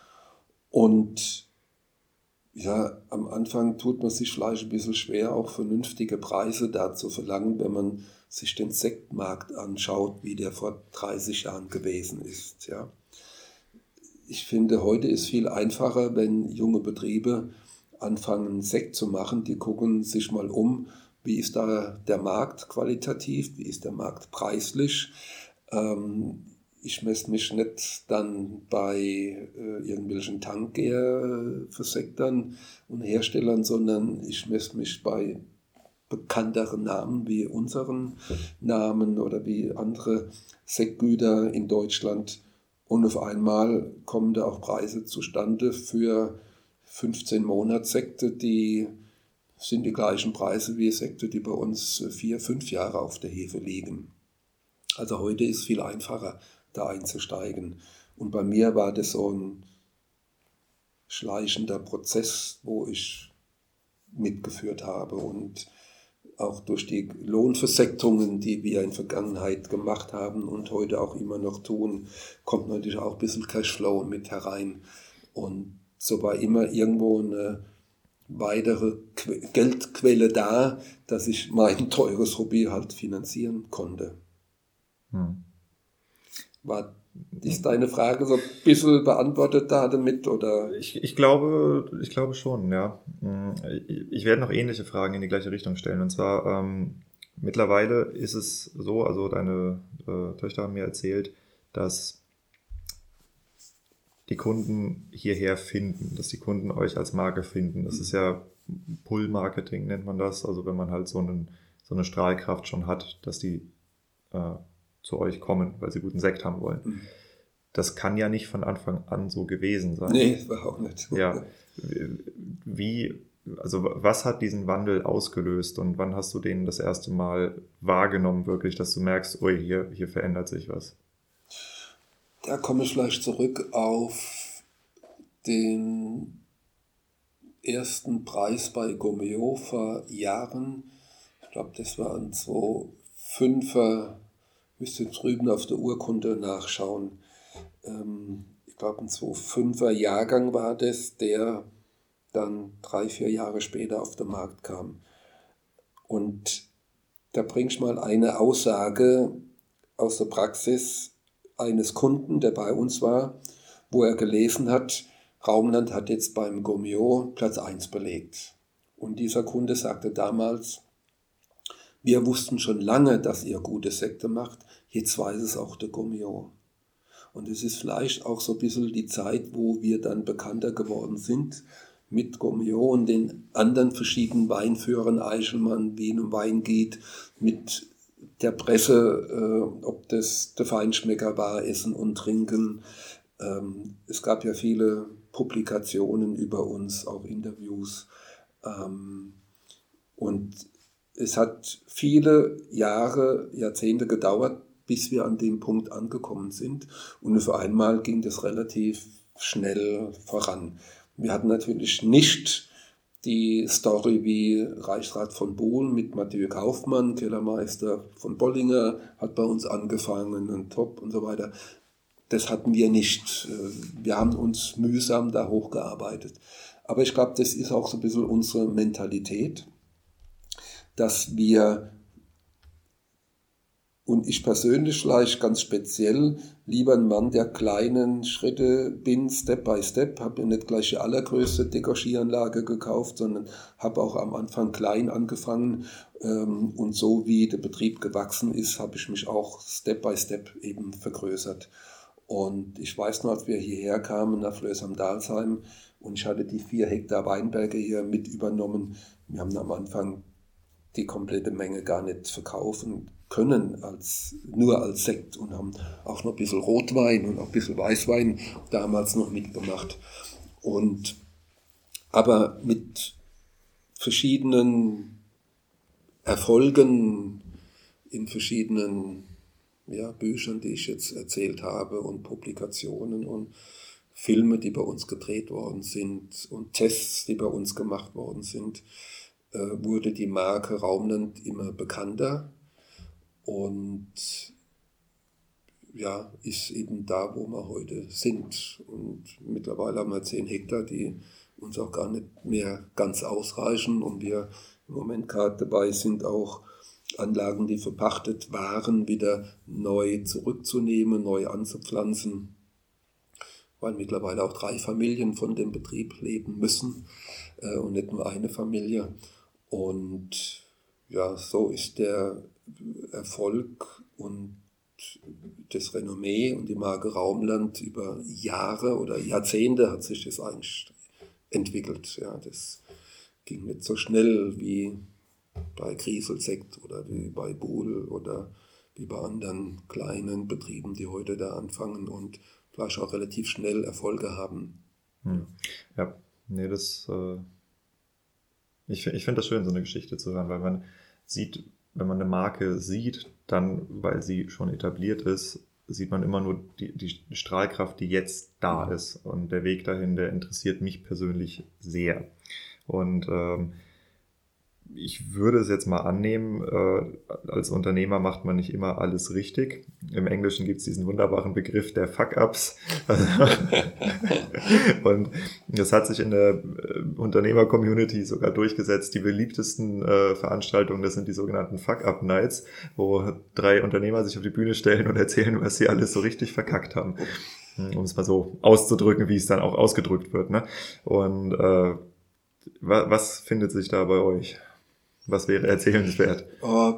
Und ja, am Anfang tut man sich vielleicht ein bisschen schwer, auch vernünftige Preise da zu verlangen, wenn man sich den Sektmarkt anschaut, wie der vor dreißig Jahren gewesen ist. Ja. Ich finde, heute ist viel einfacher, wenn junge Betriebe anfangen, Sekt zu machen. Die gucken sich mal um, wie ist da der Markt qualitativ, wie ist der Markt preislich. Ähm, ich messe mich nicht dann bei äh, irgendwelchen Tankgärversektern und Herstellern, sondern ich messe mich bei bekannteren Namen wie unseren Namen oder wie andere Sektgüter in Deutschland. Und auf einmal kommen da auch Preise zustande für fünfzehn Monatssekte, die sind die gleichen Preise wie Sekte, die bei uns vier, fünf Jahre auf der Hefe liegen. Also heute ist es viel einfacher, da einzusteigen. Und bei mir war das so ein schleichender Prozess, wo ich mitgeführt habe. Und auch durch die Lohnversektungen, die wir in der Vergangenheit gemacht haben und heute auch immer noch tun, kommt natürlich auch ein bisschen Cashflow mit herein. Und so war immer irgendwo eine weitere Geldquelle da, dass ich mein teures Hobby halt finanzieren konnte. Hm. War ist deine Frage so ein bisschen beantwortet da damit? Oder? Ich, ich, glaube, ich glaube schon, ja. Ich werde noch ähnliche Fragen in die gleiche Richtung stellen. Und zwar, ähm, mittlerweile ist es so, also deine äh, Töchter haben mir erzählt, dass die Kunden hierher finden, dass die Kunden euch als Marke finden. Das ist ja Pull-Marketing, nennt man das. Also wenn man halt so, einen, so eine Strahlkraft schon hat, dass die äh, zu euch kommen, weil sie guten Sekt haben wollen. Mhm. Das kann ja nicht von Anfang an so gewesen sein. Nee, überhaupt nicht. Ja. Wie, also was hat diesen Wandel ausgelöst und wann hast du den das erste Mal wahrgenommen, wirklich, dass du merkst, ui, hier, hier verändert sich was? Da komme ich vielleicht zurück auf den ersten Preis bei Gomeo vor Jahren. Ich glaube, das war ein zweitausendfünfer, müsste drüben auf der Urkunde nachschauen. Ähm, ich glaube, ein zweitausendfünfer Jahrgang war das, der dann drei, vier Jahre später auf den Markt kam. Und da bringe ich mal eine Aussage aus der Praxis eines Kunden, der bei uns war, wo er gelesen hat, Raumland hat jetzt beim Gomeo Platz eins belegt. Und dieser Kunde sagte damals, wir wussten schon lange, dass ihr gute Sekte macht, jetzt weiß es auch der Gomeo. Und es ist vielleicht auch so ein bisschen die Zeit, wo wir dann bekannter geworden sind mit Gomeo und den anderen verschiedenen Weinführern, Eichelmann, Wien und Weingeht, mit der Presse, äh, ob das der Feinschmecker war, Essen und Trinken. Ähm, es gab ja viele Publikationen über uns, auch Interviews. Ähm, und es hat viele Jahre, Jahrzehnte gedauert, bis wir an dem Punkt angekommen sind. Und auf einmal ging das relativ schnell voran. Wir hatten natürlich nicht die Story wie Reichsrat von Bohlen mit Mathieu Kaufmann, Kellermeister von Bollinger, hat bei uns angefangen und Top und so weiter. Das hatten wir nicht. Wir haben uns mühsam da hochgearbeitet. Aber ich glaube, das ist auch so ein bisschen unsere Mentalität, dass wir, und ich persönlich vielleicht ganz speziell, lieber ein Mann der kleinen Schritte bin, Step by Step, habe mir nicht gleich die allergrößte Dekoschieranlage gekauft, sondern habe auch am Anfang klein angefangen. Und so wie der Betrieb gewachsen ist, habe ich mich auch Step by Step eben vergrößert. Und ich weiß noch, als wir hierher kamen nach Flöß am Dalsheim und ich hatte die vier Hektar Weinberge hier mit übernommen, wir haben am Anfang die komplette Menge gar nicht verkaufen können, als, nur als Sekt, und haben auch noch ein bisschen Rotwein und auch ein bisschen Weißwein damals noch mitgemacht. Und, aber mit verschiedenen Erfolgen, in verschiedenen ja, Büchern, die ich jetzt erzählt habe und Publikationen und Filme, die bei uns gedreht worden sind und Tests, die bei uns gemacht worden sind, äh, wurde die Marke Raumland immer bekannter und ja, ist eben da, wo wir heute sind. Und mittlerweile haben wir zehn Hektar, die uns auch gar nicht mehr ganz ausreichen und wir im Moment gerade dabei sind, auch Anlagen, die verpachtet waren, wieder neu zurückzunehmen, neu anzupflanzen, weil mittlerweile auch drei Familien von dem Betrieb leben müssen äh, und nicht nur eine Familie. Und ja, so ist der Erfolg und das Renommee und die Marke Raumland über Jahre oder Jahrzehnte hat sich das eigentlich entwickelt. Ja, das ging nicht so schnell wie bei Griesel-Sekt oder wie bei Buhl oder wie bei anderen kleinen Betrieben, die heute da anfangen und vielleicht auch relativ schnell Erfolge haben. Hm. Ja, nee, das äh, ich, ich finde das schön, so eine Geschichte zu hören, weil man sieht, wenn man eine Marke sieht, dann, weil sie schon etabliert ist, sieht man immer nur die, die Strahlkraft, die jetzt da ist. Und der Weg dahin, der interessiert mich persönlich sehr. Und ähm, ich würde es jetzt mal annehmen, äh, als Unternehmer macht man nicht immer alles richtig. Im Englischen gibt es diesen wunderbaren Begriff der Fuck-Ups. Und das hat sich in der äh, Unternehmer-Community sogar durchgesetzt. Die beliebtesten äh, Veranstaltungen, das sind die sogenannten Fuck-Up-Nights, wo drei Unternehmer sich auf die Bühne stellen und erzählen, was sie alles so richtig verkackt haben. Um es mal so auszudrücken, wie es dann auch ausgedrückt wird. Ne? Und äh, wa- was findet sich da bei euch? Was wäre erzählenswert? Uh,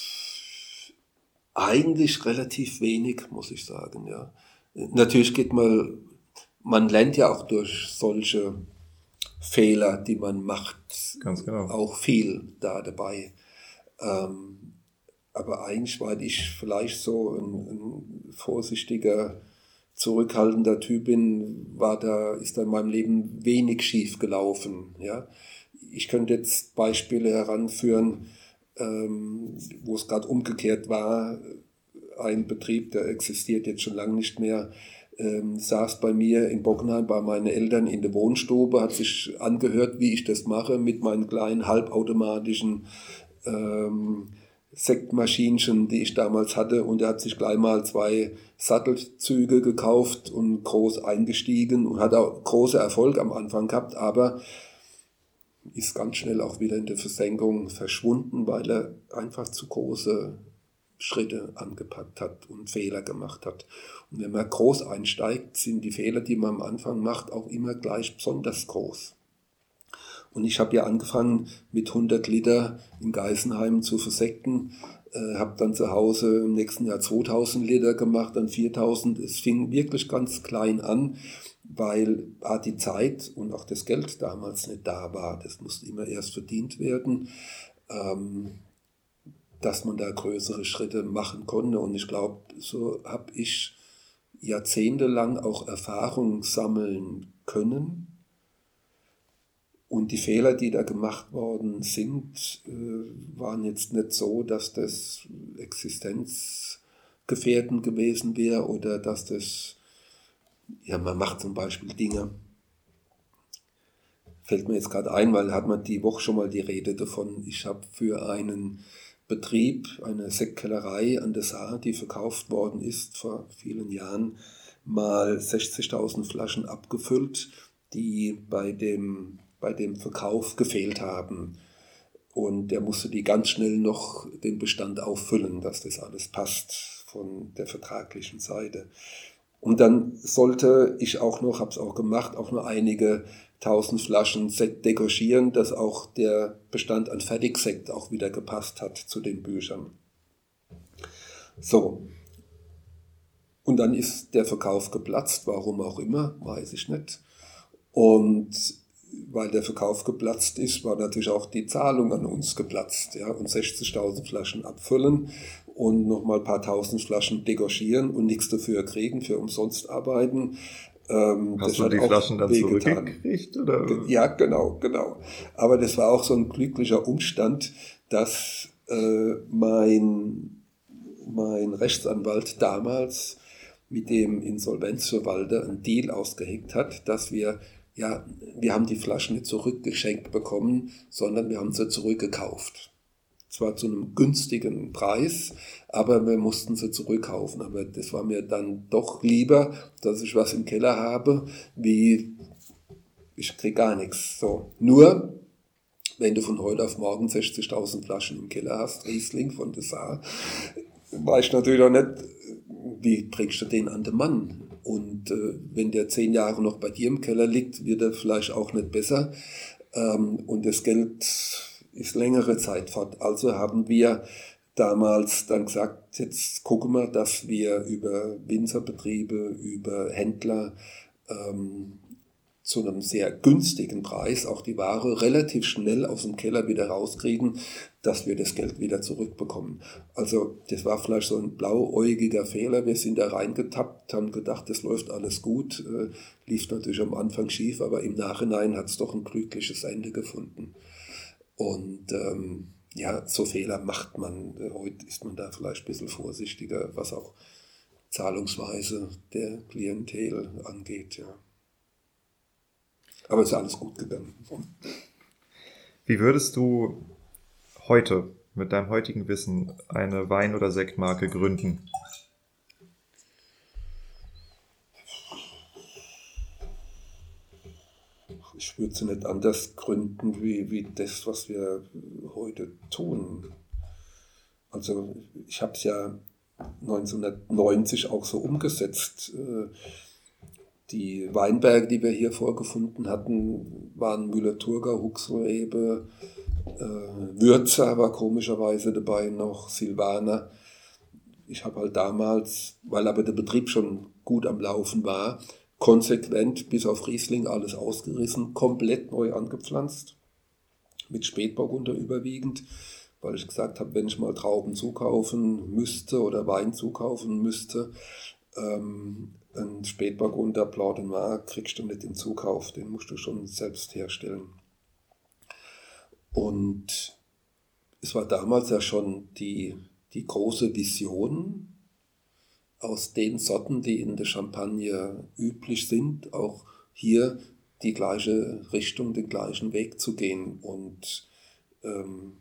eigentlich relativ wenig, muss ich sagen, ja. Natürlich geht man, man lernt ja auch durch solche Fehler, die man macht, Ganz genau. auch viel da dabei. Ähm, aber eigentlich, weil ich vielleicht so ein, ein vorsichtiger, zurückhaltender Typ bin, war da, ist da in meinem Leben wenig schief gelaufen, ja. Ich könnte jetzt Beispiele heranführen, ähm, wo es gerade umgekehrt war. Ein Betrieb, der existiert jetzt schon lange nicht mehr, ähm, saß bei mir in Bockenheim bei meinen Eltern in der Wohnstube, hat sich angehört, wie ich das mache mit meinen kleinen halbautomatischen ähm, Sektmaschinchen, die ich damals hatte. Und er hat sich gleich mal zwei Sattelzüge gekauft und groß eingestiegen und hat auch große Erfolge am Anfang gehabt, aber ist ganz schnell auch wieder in der Versenkung verschwunden, weil er einfach zu große Schritte angepackt hat und Fehler gemacht hat. Und wenn man groß einsteigt, sind die Fehler, die man am Anfang macht, auch immer gleich besonders groß. Und ich habe ja angefangen mit hundert Liter in Geisenheim zu versekten, äh, habe dann zu Hause im nächsten Jahr zweitausend Liter gemacht, dann viertausend. Es fing wirklich ganz klein an, weil die Zeit und auch das Geld damals nicht da war. Das musste immer erst verdient werden, ähm, dass man da größere Schritte machen konnte. Und ich glaube, so habe ich jahrzehntelang auch Erfahrung sammeln können. Und die Fehler, die da gemacht worden sind, äh, waren jetzt nicht so, dass das existenzgefährdend gewesen wäre oder dass das, ja, man macht zum Beispiel Dinge, fällt mir jetzt gerade ein, weil hat man die Woche schon mal die Rede davon, ich habe für einen Betrieb, eine Sektkellerei an der Saar, die verkauft worden ist vor vielen Jahren, mal sechzigtausend Flaschen abgefüllt, die bei dem, bei dem Verkauf gefehlt haben. Und der musste die ganz schnell noch den Bestand auffüllen, dass das alles passt von der vertraglichen Seite. Und dann sollte ich auch noch, habe es auch gemacht, auch nur einige tausend Flaschen Sekt degochieren, dass auch der Bestand an Fertigsekt auch wieder gepasst hat zu den Büchern. So. Und dann ist der Verkauf geplatzt, warum auch immer, weiß ich nicht. Und weil der Verkauf geplatzt ist, war natürlich auch die Zahlung an uns geplatzt. Ja? Und sechzigtausend Flaschen abfüllen und nochmal ein paar tausend Flaschen degochieren und nichts dafür kriegen, für umsonst arbeiten. Ähm, Hast du die Flaschen dann wehgetan. zurückgekriegt? Oder? Ja, genau, genau. Aber das war auch so ein glücklicher Umstand, dass äh, mein, mein Rechtsanwalt damals mit dem Insolvenzverwalter einen Deal ausgeheckt hat, dass wir, ja, wir haben die Flaschen nicht zurückgeschenkt bekommen, sondern wir haben sie zurückgekauft. Zwar zu einem günstigen Preis, aber wir mussten sie zurückkaufen. Aber das war mir dann doch lieber, dass ich was im Keller habe, wie ich kriege gar nichts. So. Nur, wenn du von heute auf morgen sechzigtausend Flaschen im Keller hast, Riesling von der Saar, weiß ich natürlich auch nicht, wie bringst du den an den Mann? Und äh, wenn der zehn Jahre noch bei dir im Keller liegt, wird er vielleicht auch nicht besser. Ähm, und das Geld ist längere Zeit fort. Also haben wir damals dann gesagt, jetzt gucken wir, dass wir über Winzerbetriebe, über Händler ähm, zu einem sehr günstigen Preis auch die Ware relativ schnell aus dem Keller wieder rauskriegen, dass wir das Geld wieder zurückbekommen. Also das war vielleicht so ein blauäugiger Fehler. Wir sind da reingetappt, haben gedacht, das läuft alles gut. Äh, lief natürlich am Anfang schief, aber im Nachhinein hat es doch ein glückliches Ende gefunden. Und ähm, ja, so Fehler macht man. Heute ist man da vielleicht ein bisschen vorsichtiger, was auch Zahlungsweise der Klientel angeht. Ja. Aber es ist alles gut gegangen. Wie würdest du heute mit deinem heutigen Wissen eine Wein- oder Sektmarke gründen? Ich würde sie nicht anders gründen, wie, wie das, was wir heute tun. Also ich habe es ja neunzehnhundertneunzig auch so umgesetzt. Die Weinberge, die wir hier vorgefunden hatten, waren Müller-Thurgau, Huxelrebe, äh, Würzer war komischerweise dabei noch, Silvaner. Ich habe halt damals, weil aber der Betrieb schon gut am Laufen war, konsequent bis auf Riesling alles ausgerissen, komplett neu angepflanzt, mit Spätburgunder überwiegend, weil ich gesagt habe, wenn ich mal Trauben zukaufen müsste oder Wein zukaufen müsste, ähm, ein Spätburgunder Blanc de Noir kriegst du nicht im Zukauf, den musst du schon selbst herstellen. Und es war damals ja schon die, die große Vision, aus den Sorten, die in der Champagne üblich sind, auch hier die gleiche Richtung, den gleichen Weg zu gehen und ähm,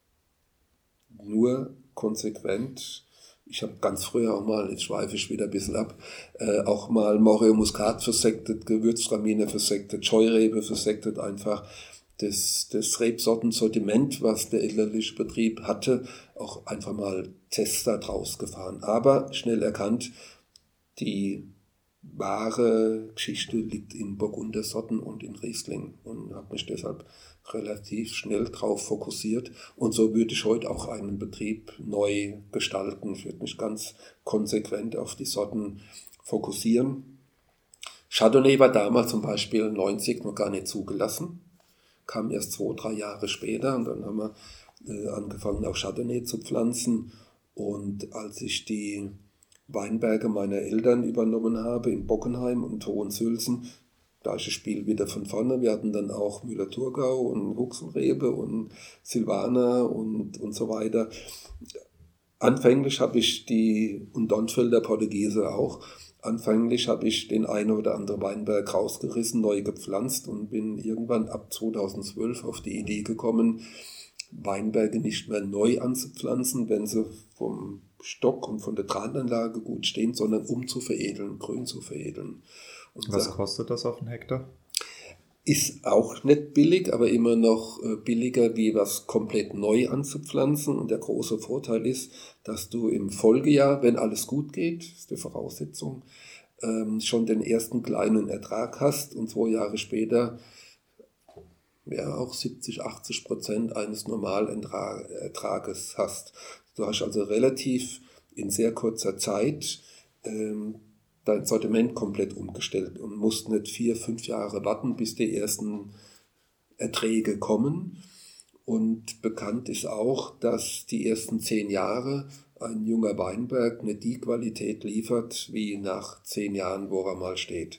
nur konsequent. Ich habe ganz früher auch mal, jetzt schweife ich wieder ein bisschen ab, äh, auch mal Moreo Muscat versektet, Gewürztraminer versektet, Scheurebe versektet, einfach das, das Rebsortensortiment, was der elterliche Betrieb hatte, auch einfach mal Tester draus gefahren. Aber schnell erkannt, die wahre Geschichte liegt in Burgundersorten und in Riesling und habe mich deshalb relativ schnell drauf fokussiert. Und so würde ich heute auch einen Betrieb neu gestalten. Ich würde mich ganz konsequent auf die Sorten fokussieren. Chardonnay war damals zum Beispiel neunzig noch gar nicht zugelassen. Kam erst zwei, drei Jahre später und dann haben wir äh, angefangen auch Chardonnay zu pflanzen. Und als ich die Weinberge meiner Eltern übernommen habe in Bockenheim und Hohensülzen, gleiches Spiel wieder von vorne. Wir hatten dann auch Müller-Thurgau und Huxelrebe und Silvaner und, und so weiter. Anfänglich habe ich die, und Dornfelder Portugiese auch, anfänglich habe ich den einen oder anderen Weinberg rausgerissen, neu gepflanzt und bin irgendwann ab zweitausendzwölf auf die Idee gekommen, Weinberge nicht mehr neu anzupflanzen, wenn sie vom Stock und von der Tratanlage gut stehen, sondern um zu veredeln, grün zu veredeln. Und was kostet das auf einen Hektar? Ist auch nicht billig, aber immer noch billiger, wie was komplett neu anzupflanzen. Und der große Vorteil ist, dass du im Folgejahr, wenn alles gut geht, ist die Voraussetzung, schon den ersten kleinen Ertrag hast und zwei Jahre später ja auch siebzig, achtzig Prozent eines Normalertrages hast. Du hast also relativ in sehr kurzer Zeit ähm, dein Sortiment komplett umgestellt und musst nicht vier, fünf Jahre warten, bis die ersten Erträge kommen. Und bekannt ist auch, dass die ersten zehn Jahre ein junger Weinberg nicht die Qualität liefert, wie nach zehn Jahren, wo er mal steht.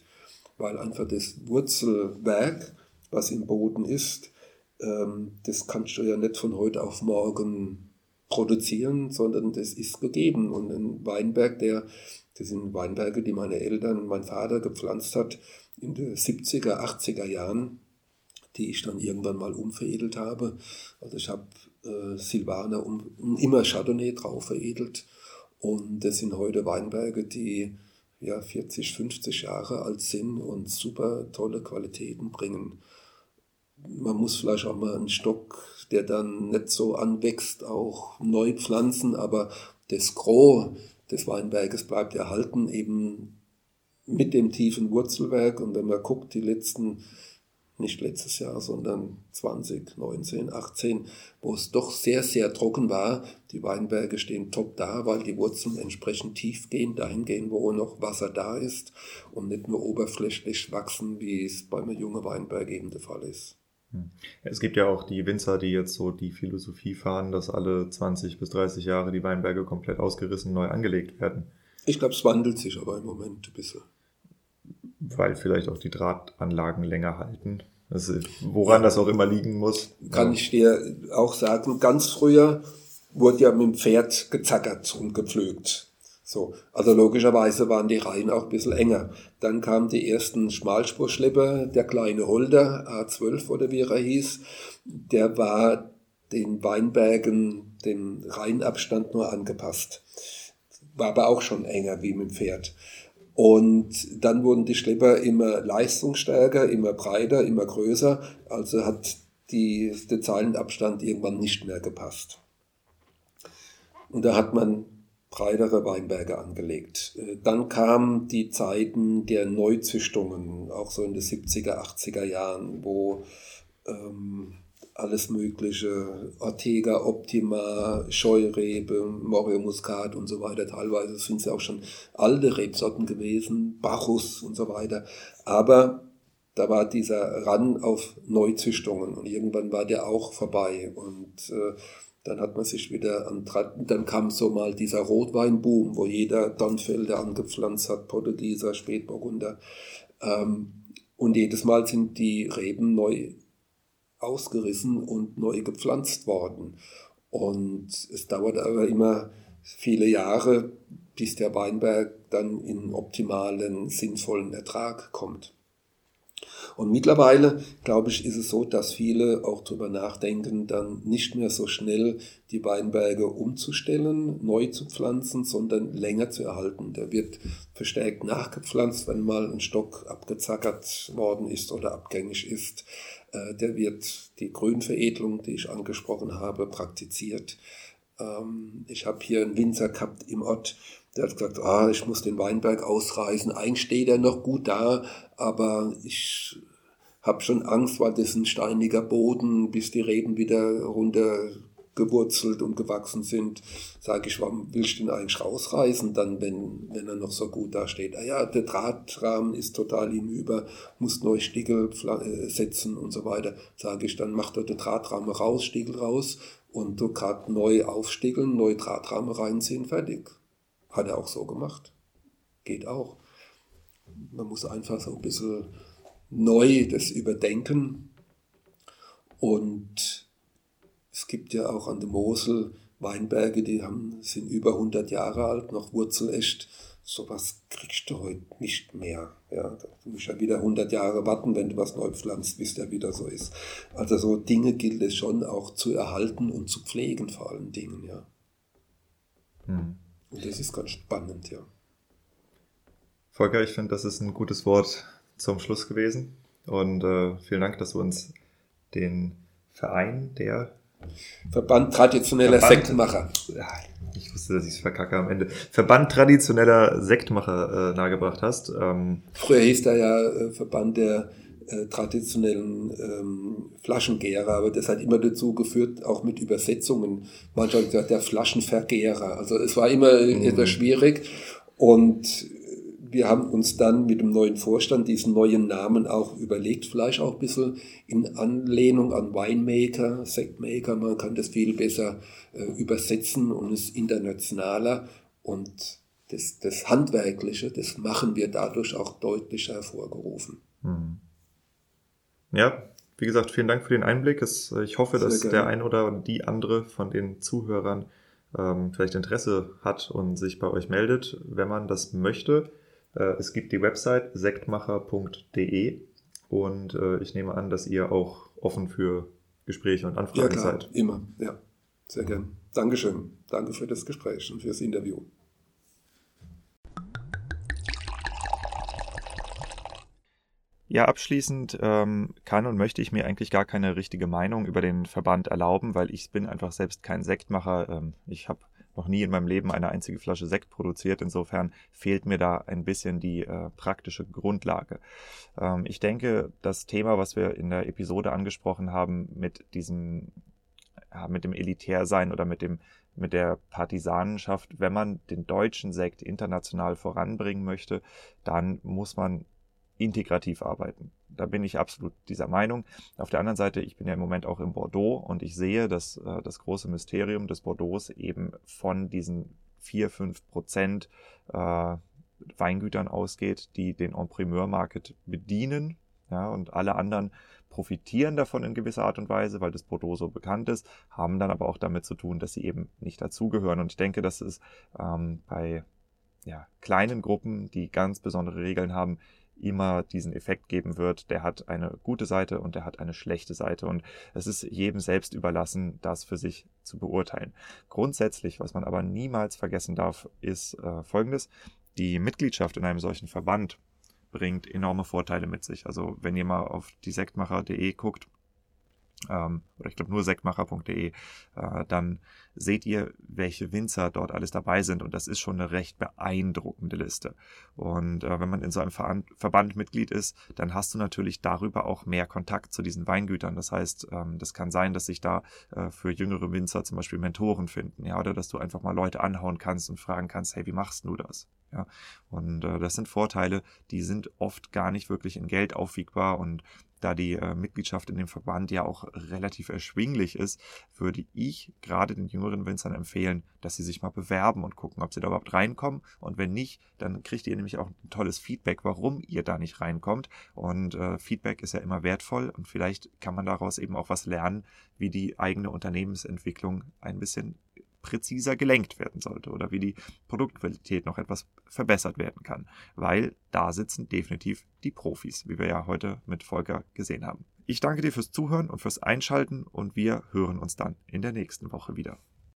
weil einfach das Wurzelwerk, was im Boden ist, ähm, das kannst du ja nicht von heute auf morgen produzieren, sondern das ist gegeben. Und ein Weinberg, der, das sind Weinberge, die meine Eltern, mein Vater gepflanzt hat in den siebziger, achtziger Jahren, die ich dann irgendwann mal umveredelt habe. Also ich habe äh, Silvaner und, und immer Chardonnay drauf veredelt. Und das sind heute Weinberge, die ja vierzig, fünfzig Jahre alt sind und super tolle Qualitäten bringen. Man muss vielleicht auch mal einen Stock, der dann nicht so anwächst, auch neu pflanzen, aber das Gros des Weinberges bleibt erhalten, eben mit dem tiefen Wurzelwerk. Und wenn man guckt, die letzten, nicht letztes Jahr, sondern zwanzig neunzehn, achtzehn, wo es doch sehr, sehr trocken war, die Weinberge stehen top da, weil die Wurzeln entsprechend tief gehen, dahin gehen, wo noch Wasser da ist und nicht nur oberflächlich wachsen, wie es bei einem jungen Weinberg eben der Fall ist. Es gibt ja auch die Winzer, die jetzt so die Philosophie fahren, dass alle zwanzig bis dreißig Jahre die Weinberge komplett ausgerissen neu angelegt werden. Ich glaube, es wandelt sich aber im Moment ein bisschen. Weil vielleicht auch die Drahtanlagen länger halten. Also, woran das auch immer liegen muss. Kann ja. ich dir auch sagen, ganz früher wurde ja mit dem Pferd gezackert und gepflügt. So, also logischerweise waren die Reihen auch ein bisschen enger. Dann kamen die ersten Schmalspurschlepper, der kleine Holder, A zwölf oder wie er hieß, der war den Weinbergen den Reihenabstand nur angepasst. War aber auch schon enger wie mit dem Pferd. Und dann wurden die Schlepper immer leistungsstärker, immer breiter, immer größer. Also hat die, der Zeilenabstand irgendwann nicht mehr gepasst. Und da hat man breitere Weinberge angelegt. Dann kamen die Zeiten der Neuzüchtungen, auch so in den siebziger, achtziger Jahren, wo ähm, alles mögliche, Ortega Optima, Scheurebe, Morio Muscat und so weiter, teilweise sind es ja auch schon alte Rebsorten gewesen, Bacchus und so weiter, aber da war dieser Run auf Neuzüchtungen und irgendwann war der auch vorbei und äh, dann hat man sich wieder an, dann kam so mal dieser Rotweinboom, wo jeder Dornfelder angepflanzt hat, Portugieser, Spätburgunder. Ähm, und jedes Mal sind die Reben neu ausgerissen und neu gepflanzt worden. Und es dauert aber immer viele Jahre, bis der Weinberg dann in optimalen, sinnvollen Ertrag kommt. Und mittlerweile, glaube ich, ist es so, dass viele auch darüber nachdenken, dann nicht mehr so schnell die Weinberge umzustellen, neu zu pflanzen, sondern länger zu erhalten. Der wird verstärkt nachgepflanzt, wenn mal ein Stock abgezackert worden ist oder abgängig ist. Der wird die Grünveredelung, die ich angesprochen habe, praktiziert. Ich habe hier einen Winzer gehabt im Ort, der hat gesagt, ah, ich muss den Weinberg ausreißen. Eigentlich steht er noch gut da, aber ich habe schon Angst, weil das ein steiniger Boden, bis die Reben wieder runtergewurzelt und gewachsen sind. Sage ich, warum willst du den eigentlich rausreißen, dann, wenn, wenn er noch so gut da steht? Ah ja, der Drahtrahmen ist total hinüber, muss neu Stiegel setzen und so weiter. Sage ich, dann mach doch den Drahtrahmen raus, Stiegel raus und du gerade neu aufstiegeln, neu Drahtrahmen reinziehen, fertig. Hat er auch so gemacht. Geht auch. Man muss einfach so ein bisschen neu das überdenken. Und es gibt ja auch an der Mosel Weinberge, die haben, sind über hundert Jahre alt, noch wurzelecht. Sowas kriegst du heute nicht mehr. Ja, du musst ja wieder hundert Jahre warten, wenn du was neu pflanzt, bis der wieder so ist. Also so Dinge gilt es schon auch zu erhalten und zu pflegen vor allen Dingen. Ja. Hm. Und das ist ganz spannend, ja. Volker, ich finde, das ist ein gutes Wort zum Schluss gewesen. Und äh, vielen Dank, dass du uns den Verein, der Verband traditioneller Verband, Sektmacher. Ja, ich wusste, dass ich es verkacke am Ende. Verband traditioneller Sektmacher äh, nahegebracht hast. Ähm, Früher hieß da ja äh, Verband der äh, traditionellen ähm, Flaschengärer, aber das hat immer dazu geführt, auch mit Übersetzungen. Manchmal gesagt, der Flaschenvergärer. Also es war immer mhm. etwas schwierig und wir haben uns dann mit dem neuen Vorstand diesen neuen Namen auch überlegt, vielleicht auch ein bisschen in Anlehnung an Winemaker, Sektmaker, man kann das viel besser äh, übersetzen und ist internationaler und das, das Handwerkliche, das Machen wird dadurch auch deutlich hervorgerufen. Hm. Ja, wie gesagt, vielen Dank für den Einblick. Es, ich hoffe, Sehr dass gerne. der ein oder die andere von den Zuhörern ähm, vielleicht Interesse hat und sich bei euch meldet, wenn man das möchte. Äh, es gibt die Website sektmacher punkt de und äh, ich nehme an, dass ihr auch offen für Gespräche und Anfragen Ja, klar, seid. immer. Ja, sehr gern. Dankeschön. Danke für das Gespräch und fürs Interview. Ja, abschließend ähm, kann und möchte ich mir eigentlich gar keine richtige Meinung über den Verband erlauben, weil ich bin einfach selbst kein Sektmacher. Ähm, ich habe noch nie in meinem Leben eine einzige Flasche Sekt produziert. Insofern fehlt mir da ein bisschen die äh, praktische Grundlage. Ähm, ich denke, das Thema, was wir in der Episode angesprochen haben, mit diesem, ja, mit dem Elitärsein oder mit dem, mit der Partisanenschaft, wenn man den deutschen Sekt international voranbringen möchte, dann muss man integrativ arbeiten. Da bin ich absolut dieser Meinung. Auf der anderen Seite, ich bin ja im Moment auch in Bordeaux und ich sehe, dass äh, das große Mysterium des Bordeaux eben von diesen vier bis fünf Prozent äh, Weingütern ausgeht, die den En-Primeur-Market bedienen. Ja, und alle anderen profitieren davon in gewisser Art und Weise, weil das Bordeaux so bekannt ist, haben dann aber auch damit zu tun, dass sie eben nicht dazugehören. Und ich denke, dass es ähm, bei ja, kleinen Gruppen, die ganz besondere Regeln haben, immer diesen Effekt geben wird, der hat eine gute Seite und der hat eine schlechte Seite und es ist jedem selbst überlassen, das für sich zu beurteilen. Grundsätzlich, was man aber niemals vergessen darf, ist äh, Folgendes: Die Mitgliedschaft in einem solchen Verband bringt enorme Vorteile mit sich. Also wenn ihr mal auf die sektmacher punkt de guckt, Ähm, oder ich glaube nur sektmacher punkt de, äh, dann seht ihr, welche Winzer dort alles dabei sind und das ist schon eine recht beeindruckende Liste. Und äh, wenn man in so einem Ver- Verband Mitglied ist, dann hast du natürlich darüber auch mehr Kontakt zu diesen Weingütern. Das heißt, ähm, das kann sein, dass sich da äh, für jüngere Winzer zum Beispiel Mentoren finden, ja, oder dass du einfach mal Leute anhauen kannst und fragen kannst, hey, wie machst du das? Ja, und äh, das sind Vorteile, die sind oft gar nicht wirklich in Geld aufwiegbar und da die äh, Mitgliedschaft in dem Verband ja auch relativ erschwinglich ist, würde ich gerade den jüngeren Winzern empfehlen, dass sie sich mal bewerben und gucken, ob sie da überhaupt reinkommen. Und wenn nicht, dann kriegt ihr nämlich auch ein tolles Feedback, warum ihr da nicht reinkommt. Und äh, Feedback ist ja immer wertvoll und vielleicht kann man daraus eben auch was lernen, wie die eigene Unternehmensentwicklung ein bisschen präziser gelenkt werden sollte oder wie die Produktqualität noch etwas verbessert werden kann, weil da sitzen definitiv die Profis, wie wir ja heute mit Volker gesehen haben. Ich danke dir fürs Zuhören und fürs Einschalten und wir hören uns dann in der nächsten Woche wieder.